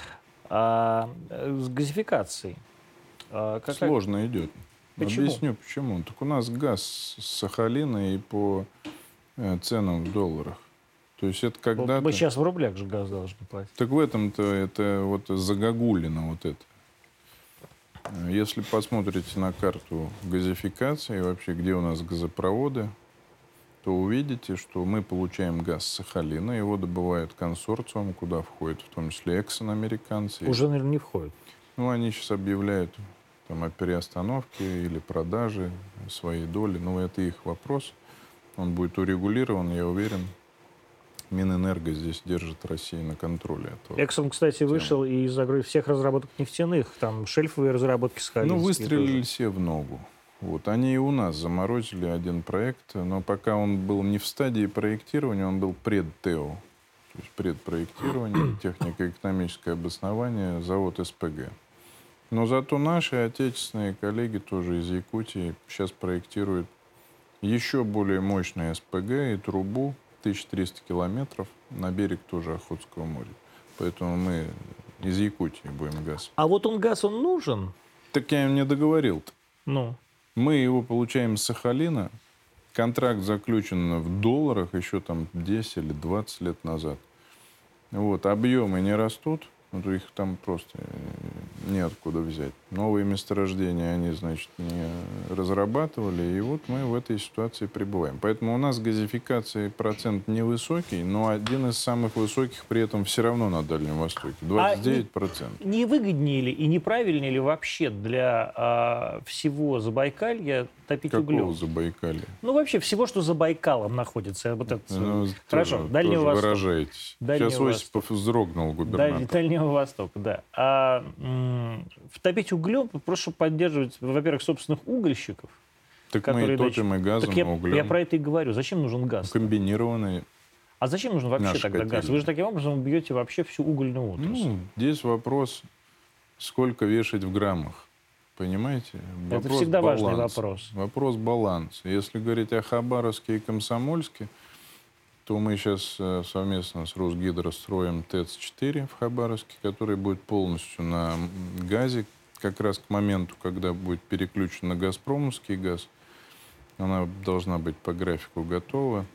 С газификацией. Сложно идет. Почему? Объясню, почему. Так у нас газ с Сахалина и по ценам в долларах. То есть это когда-то... Мы сейчас в рублях же газ должны платить. Так в этом-то это вот загогулина вот это. Если посмотрите на карту газификации, вообще где у нас газопроводы, то увидите, что мы получаем газ с Сахалина, его добывает консорциум, куда входят в том числе Exxon, американцы. Уже, наверное, не входит. Ну, они сейчас объявляют там, о переостановке или продаже своей доли. Но это их вопрос. Он будет урегулирован, я уверен. Минэнерго здесь держит Россию на контроле. Эксон, кстати, вышел из всех разработок нефтяных. Там шельфовые разработки сахалинские. Ну, выстрелили тоже. все в ногу. Вот. Они и у нас заморозили один проект, но пока он был не в стадии проектирования, он был пред-ТЭО. То есть предпроектирование, технико-экономическое обоснование, завод СПГ. Но зато наши отечественные коллеги тоже из Якутии сейчас проектируют еще более мощный СПГ и трубу 1300 километров на берег тоже Охотского моря. Поэтому мы из Якутии будем газ. А вот газ, он нужен? Так я им не договорил-то. Ну. Мы его получаем с Сахалина. Контракт заключен в долларах еще там 10 или 20 лет назад. Вот. Объемы не растут. Вот их там просто неоткуда взять. Новые месторождения они, значит, не разрабатывали. И вот мы в этой ситуации пребываем. Поэтому у нас газификации процент невысокий, но один из самых высоких при этом все равно на Дальнем Востоке. 29%. Не выгоднее ли и неправильнее ли вообще для всего Забайкалья топить углем? Какого Забайкалья? Ну, вообще всего, что за Байкалом находится. Вот это, Хорошо, хорошо, Дальнего тоже Востока. выражаетесь. Дальнего Сейчас Осипов вздрогнул, губернатор. Дальнего Востока, да. Втопить углем, просто чтобы поддерживать, во-первых, собственных угольщиков. Так мы и топим и газом, и углем. Я про это и говорю. Зачем нужен газ? Комбинированный. А зачем нужен вообще Наши тогда газ? котельные. Вы же таким образом убьете вообще всю угольную отрасль. Ну, здесь вопрос, сколько вешать в граммах. Понимаете? Это всегда важный баланса. вопрос. Вопрос баланса. Если говорить о Хабаровске и Комсомольске, то мы сейчас совместно с Росгидро строим ТЭЦ-4 в Хабаровске, который будет полностью на газе. Как раз к моменту, когда будет переключен на газпромовский газ, она должна быть по графику готова.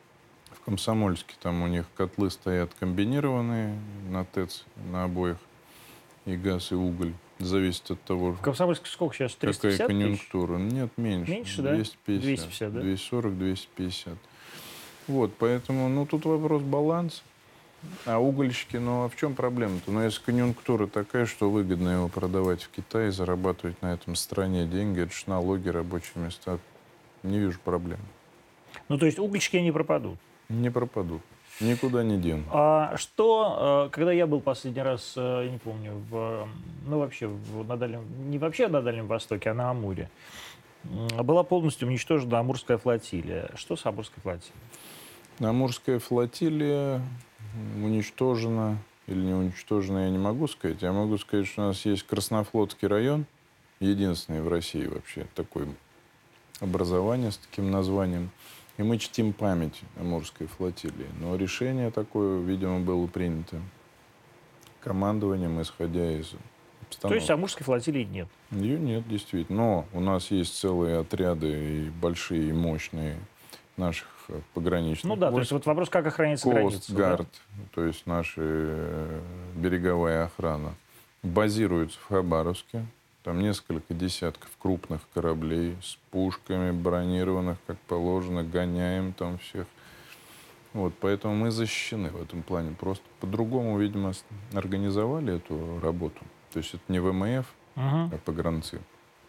В Комсомольске там у них котлы стоят комбинированные на ТЭЦ, на обоих, и газ, и уголь. Зависит от того, В Комсомольске сколько сейчас? 350 какая тысяч? конъюнктура. Нет, меньше. Меньше, да? 250. 250, да? 240, 250. Вот, поэтому, тут вопрос баланса. А угольщики, а в чем проблема-то? Если конъюнктура такая, что выгодно его продавать в Китае, зарабатывать на этом стране деньги, это же налоги, рабочие места. Не вижу проблем. То есть угольщики не пропадут? Не пропадут. Никуда не денут. А что, когда я был последний раз, я не помню, вообще на Дальнем, не вообще на Дальнем Востоке, а на Амуре, была полностью уничтожена Амурская флотилия. Что с Амурской флотилией? Амурская флотилия уничтожена или не уничтожена, я не могу сказать. Я могу сказать, что у нас есть Краснофлотский район, единственный в России вообще такое образование с таким названием. И мы чтим память Амурской флотилии. Но решение такое, видимо, было принято командованием, исходя из обстановки. То есть Амурской флотилии нет? Ее нет, действительно. Но у нас есть целые отряды и большие, и мощные наших пограничных Ну да, то есть вот вопрос, как охраняется граница. Костгард, то есть наша береговая охрана, базируется в Хабаровске. Там несколько десятков крупных кораблей с пушками бронированных, как положено, гоняем там всех. Вот, поэтому мы защищены в этом плане. Просто по-другому, видимо, организовали эту работу. То есть это не ВМФ, а погранцы.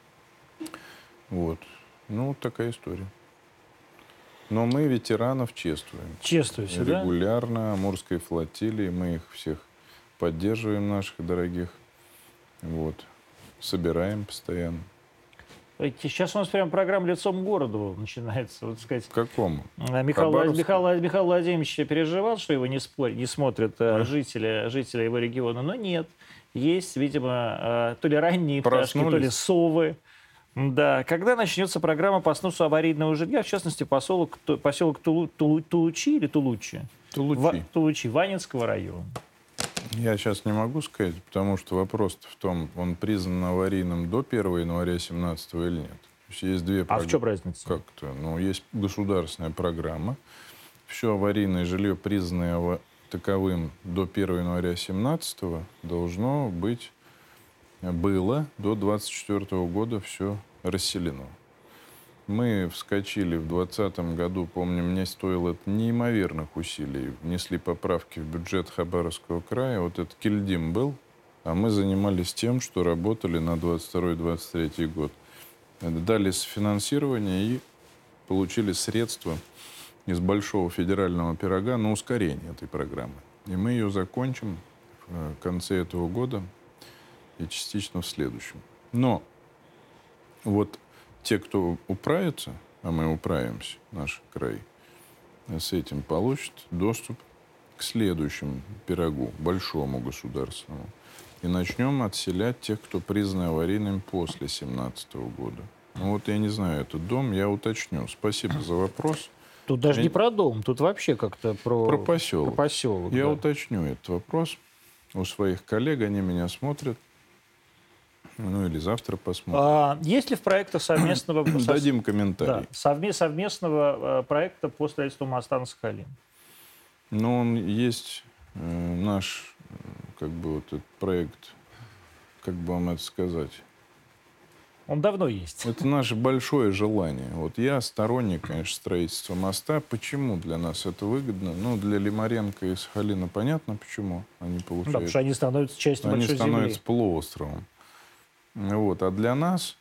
Вот. Ну, вот такая история. Но мы ветеранов чествуем. Чествуете, да? Регулярно, Амурской флотилии. Мы их всех поддерживаем, наших дорогих. Вот. Собираем постоянно. Сейчас у нас прям программа «Лицом к городу» начинается. Вот, сказать. К какому? Михаил Владимирович переживал, что его не смотрят жители его региона, но нет. Есть, видимо, то ли ранние пташки, то ли совы. Да. Когда начнется программа по сносу аварийного жилья, в частности, поселок Тулучи или Тулучи? Тулучи, Ванинского района. Я сейчас не могу сказать, потому что вопрос в том, он признан аварийным до 1 января 2017 или нет. То есть две программы. А в чем разница? Как-то. Ну, есть государственная программа. Все аварийное жилье, признанное таковым до 1 января 2017, должно быть, было до 2024 года все расселено. Мы вскочили в 2020 году, помню, мне стоило это неимоверных усилий. Внесли поправки в бюджет Хабаровского края. Вот этот Кильдим был, а мы занимались тем, что работали на 22-23 год. Дали финансирование и получили средства из большого федерального пирога на ускорение этой программы. И мы ее закончим в конце этого года и частично в следующем. Но вот те, кто управится, а мы управимся, наш край, с этим получат доступ к следующему пирогу, большому государственному. И начнем отселять тех, кто признан аварийным после 2017 года. Ну вот я не знаю, этот дом, я уточню. Спасибо за вопрос. Тут даже не про дом, тут вообще как-то про поселок. Про поселок, я да. уточню этот вопрос у своих коллег, они меня смотрят. Ну или завтра посмотрим. Есть ли в проектах совместного... Дадим комментарий. Да, совместного проекта по строительству моста на Сахалин? Ну, он есть наш, как бы, вот этот проект, как бы вам это сказать? Он давно есть. Это наше большое желание. Вот я сторонник, конечно, строительства моста. Почему для нас это выгодно? Ну, для Лимаренко и Сахалина понятно, почему они получают. Да, потому что они становятся частью большой земли. Они становятся полуостровом. Вот. А для нас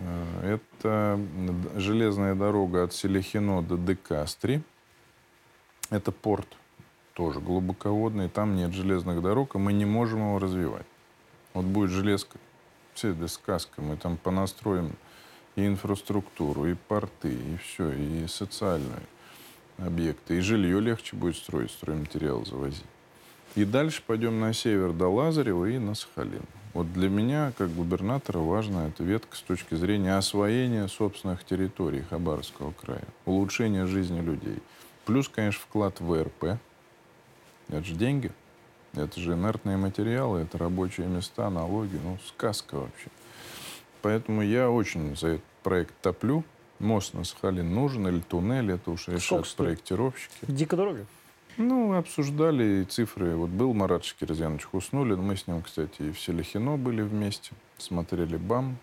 это железная дорога от Селихино до Декастри. Это порт тоже глубоководный. Там нет железных дорог, и мы не можем его развивать. Вот будет железка, все это сказка. Мы там понастроим и инфраструктуру, и порты, и все, и социальные объекты. И жилье легче будет строить, стройматериал завозить. И дальше пойдем на север до Лазарева и на Сахалин. Вот для меня, как губернатора, важна эта ветка с точки зрения освоения собственных территорий Хабаровского края, улучшения жизни людей. Плюс, конечно, вклад в ВРП. Это же деньги, это же инертные материалы, это рабочие места, налоги. Ну, сказка вообще. Поэтому я очень за этот проект топлю. Мост на Сахалин нужен или туннель, это уж решат проектировщики. Дико дорого. Ну, обсуждали цифры. Вот был Марат Шакирзянович Хуснуллин. Мы с ним, кстати, и в Селихино были вместе. Смотрели БАМ.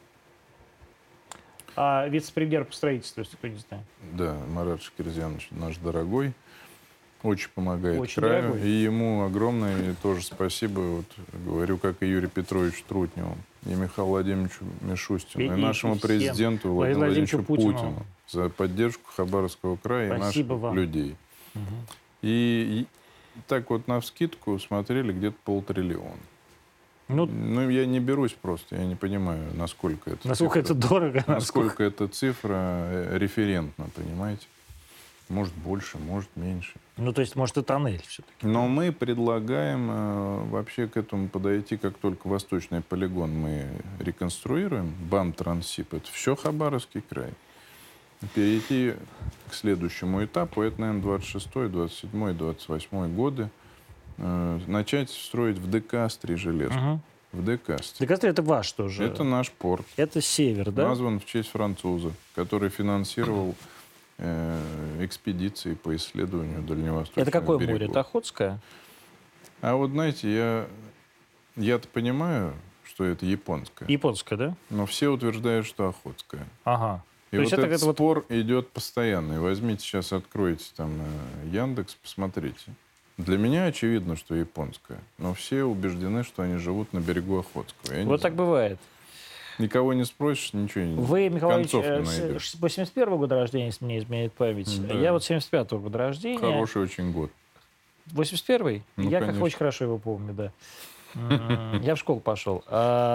А вице-премьер по строительству, если кто не знает? Да, Марат Шакирзянович наш дорогой. Очень помогает очень краю. Дорогой. И ему огромное тоже спасибо. Вот, говорю, как и Юрию Петровичу Трутневу, и Михаилу Владимировичу Мишустину, и нашему президенту Владимиру Владимировичу Путину за поддержку Хабаровского края спасибо и наших вам. людей. Угу. И так вот навскидку смотрели где-то 500 000 000. Ну, я не берусь просто, я не понимаю, насколько это Насколько это дорого. насколько эта цифра референтна, понимаете? Может больше, может меньше. Ну, то есть, может, и тоннель все-таки. Но мы предлагаем вообще к этому подойти, как только Восточный полигон мы реконструируем, БАМ-Транссиб, это все Хабаровский край. Перейти к следующему этапу, это, наверное, 26-й, 27-й, 28-й годы, начать строить в ДК Стрижелезку. Угу. В ДК. Декастре это ваш тоже. Это наш порт. Это север, да? Назван в честь француза, который финансировал экспедиции по исследованию дальневосточного Это какое берегов. море? Это Охотское? А вот знаете, я-то понимаю, что это японское, Японское, да? но все утверждают, что охотское. Ага. И То вот есть этот это вот... спор идет постоянный. Возьмите сейчас, откройте там Яндекс, посмотрите. Для меня очевидно, что японское, но все убеждены, что они живут на берегу Охотского. Я не Вот знаю. так бывает. Никого не спросишь, ничего не Вы, Михаил концов не Ильич, найдешь. 81-го года рождения, если мне изменяет память. Да. Я вот 75-го года рождения. Хороший очень год. 81-й? Ну, Я конечно. как очень хорошо его помню, да. Я в школу пошел.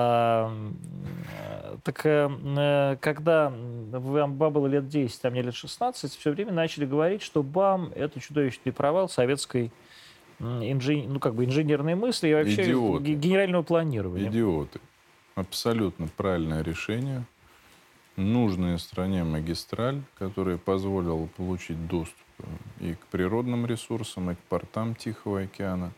Когда вам было лет 10, а мне лет 16, все время начали говорить, что БАМ — это чудовищный провал советской инженерной мысли и вообще Идиоты. генерального планирования. Идиоты. Абсолютно правильное решение. Нужная стране магистраль, которая позволила получить доступ и к природным ресурсам, и к портам Тихого океана.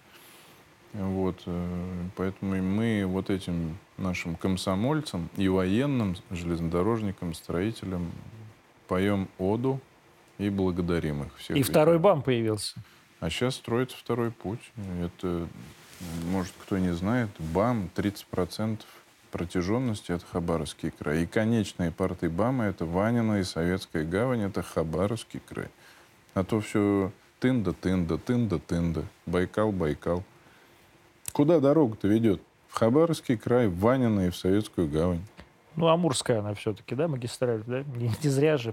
Вот. Поэтому мы вот этим нашим комсомольцам и военным железнодорожникам, строителям поем оду и благодарим их всех. И второй БАМ появился. А сейчас строится второй путь. Это, может, кто не знает, БАМ 30% протяженности — это Хабаровский край. И конечные порты БАМа — это Ванино и Советская гавань, это Хабаровский край. А то все тында-тында, тында-тында, Байкал-Байкал. Куда дорога-то ведет? В Хабаровский край, в Ванино и в Советскую гавань. Ну, Амурская она все-таки, да, магистраль, да? Не зря же.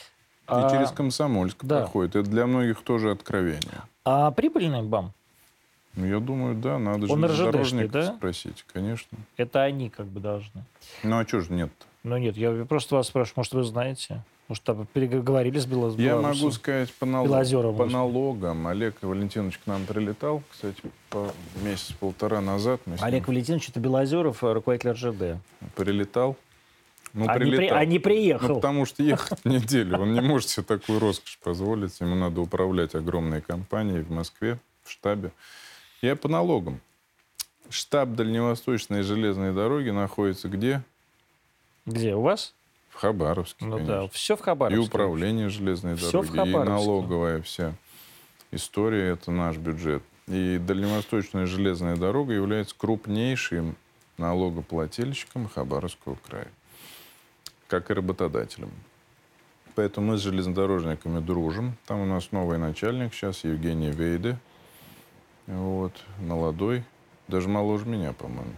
И через Комсомольск да. проходит. Это для многих тоже откровение. А прибыльный БАМ? Ну, я думаю, да, надо Он железнодорожников да? спросить, конечно. Это они как бы должны. Ну, а что же нет-то? Ну, нет, я просто вас спрашиваю, может, вы знаете? Может, там переговорили с Беларусью? Я могу сказать по Белозеровым. налогам. Олег Валентинович к нам прилетал, кстати, месяц-полтора назад. Мы с ним Олег Валентинович — это Белозеров, руководитель РЖД. прилетал. Ну, А не приехал. Ну, потому что ехать неделю. Он не может себе такую роскошь позволить. Ему надо управлять огромной компанией в Москве, в штабе. Я по налогам. Штаб Дальневосточной железной дороги находится где? Где, у вас? В Хабаровске, Ну конечно. да, все в Хабаровске. И управление железной Всё в дороги, и Хабаровске. налоговая вся история — это наш бюджет. И Дальневосточная железная дорога является крупнейшим налогоплательщиком Хабаровского края, как и работодателем. Поэтому мы с железнодорожниками дружим. Там у нас новый начальник сейчас, Евгений Вейде. Вот, молодой, даже моложе меня, по-моему.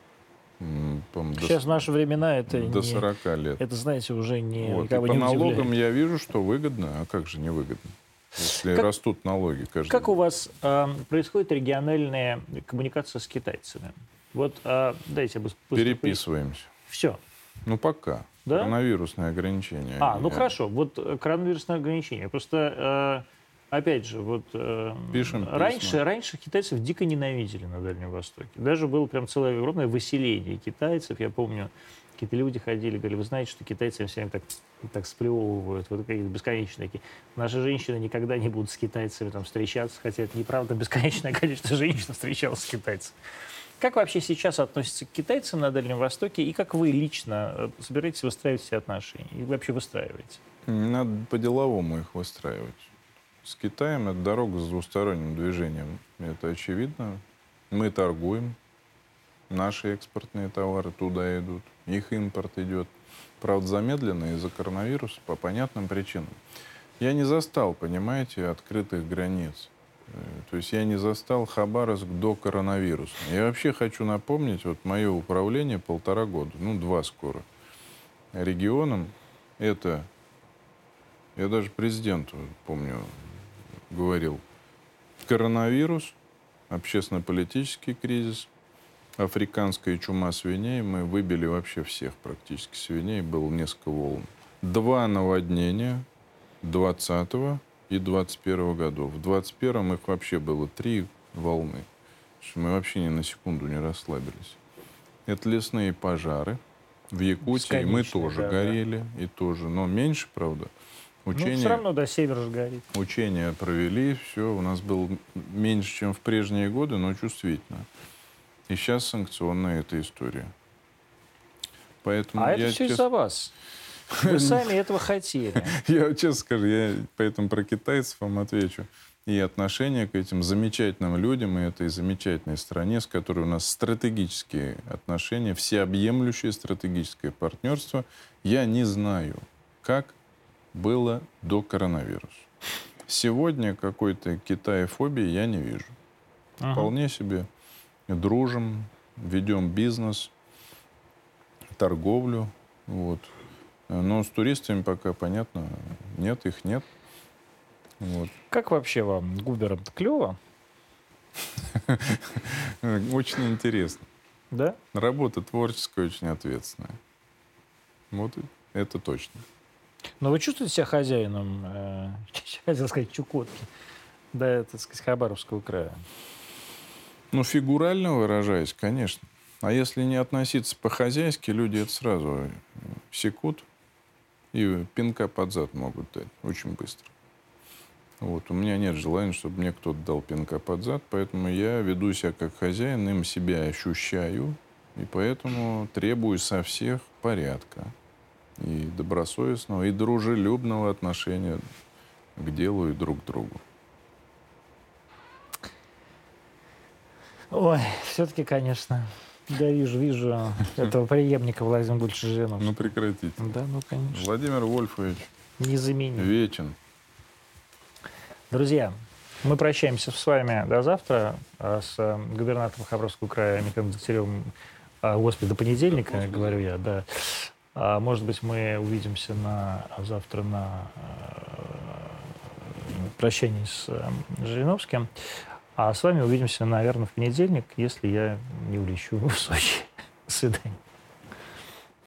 Сейчас в наши времена это до не... 40 лет. Это, знаете, уже не... Вот. И никого по не налогам удивляет. я вижу, что выгодно. А как же невыгодно? Если Как- растут налоги каждый Как год. у вас происходит региональная коммуникация с китайцами? Вот дайте я быстро... Переписываемся. Все. Ну, пока. Да? Коронавирусные ограничения. Ну хорошо. Вот коронавирусные ограничения. Просто, опять же, вот Пишем письма. раньше китайцев дико ненавидели на Дальнем Востоке. Даже было прям целое огромное выселение китайцев. Я помню, какие-то люди ходили, говорили, вы знаете, что китайцы все время так сплевывают, вот какие-то бесконечные такие. Наши женщины никогда не будут с китайцами там встречаться, хотя это неправда, бесконечное количество женщин встречалось с китайцами. Как вообще сейчас относятся к китайцам на Дальнем Востоке, и как вы лично собираетесь выстраивать все отношения? И вообще выстраиваете? Надо по-деловому их выстраивать. С Китаем это дорога с двусторонним движением. Это очевидно. Мы торгуем. Наши экспортные товары туда идут. Их импорт идет. Правда, замедленно из-за коронавируса по понятным причинам. Я не застал, понимаете, открытых границ. То есть я не застал Хабаровск до коронавируса. Я вообще хочу напомнить, вот мое управление 1,5 года, 2 скоро, регионом, это, я даже президенту, помню, говорил, коронавирус, общественно-политический кризис, африканская чума свиней, мы выбили вообще всех практически свиней, было несколько волн. 2 наводнения 20 и 21 годов. В 21 их вообще было 3 волны. Мы вообще ни на секунду не расслабились. Это лесные пожары. В Якутии мы тоже горели, и тоже, но меньше, правда. Учения, все равно до севера же горит. Учения провели, все, у нас было меньше, чем в прежние годы, но чувствительно. И сейчас санкционная эта история. Поэтому это все из-за вас. Вы сами этого хотели. Я честно скажу, я поэтому про китайцев вам отвечу. И отношение к этим замечательным людям и этой замечательной стране, с которой у нас стратегические отношения, всеобъемлющее стратегическое партнерство, я не знаю, как было до коронавируса. Сегодня какой-то китаефобии я не вижу. Вполне себе дружим, ведем бизнес, торговлю. Вот. Но с туристами пока, понятно, нет, их нет. Вот. Как вообще вам, губерам-то, клево? Очень интересно. Да? Работа творческая, очень ответственная. Вот это точно. Но вы чувствуете себя хозяином, хотел сказать, Чукотки, да, так сказать, Хабаровского края? Ну, фигурально выражаясь, конечно. А если не относиться по-хозяйски, люди это сразу секут и пинка под зад могут дать очень быстро. Вот. У меня нет желания, чтобы мне кто-то дал пинка под зад, поэтому я веду себя как хозяин, им себя ощущаю, и поэтому требую со всех порядка и добросовестного, и дружелюбного отношения к делу и друг к другу. Ой, все-таки, конечно, да, вижу этого преемника Владимира Вольфовича Жириновского. Ну, прекратите. Да, ну, конечно. Владимир Вольфович незаменим. Вечен. Друзья, мы прощаемся с вами до завтра, с губернатором Хабаровского края Михаилом Дегтяревым. Господи, до понедельника, говорю я, да. Может быть, мы увидимся завтра на прощании с Жириновским. А с вами увидимся, наверное, в понедельник, если я не улечу в Сочи. До свидания.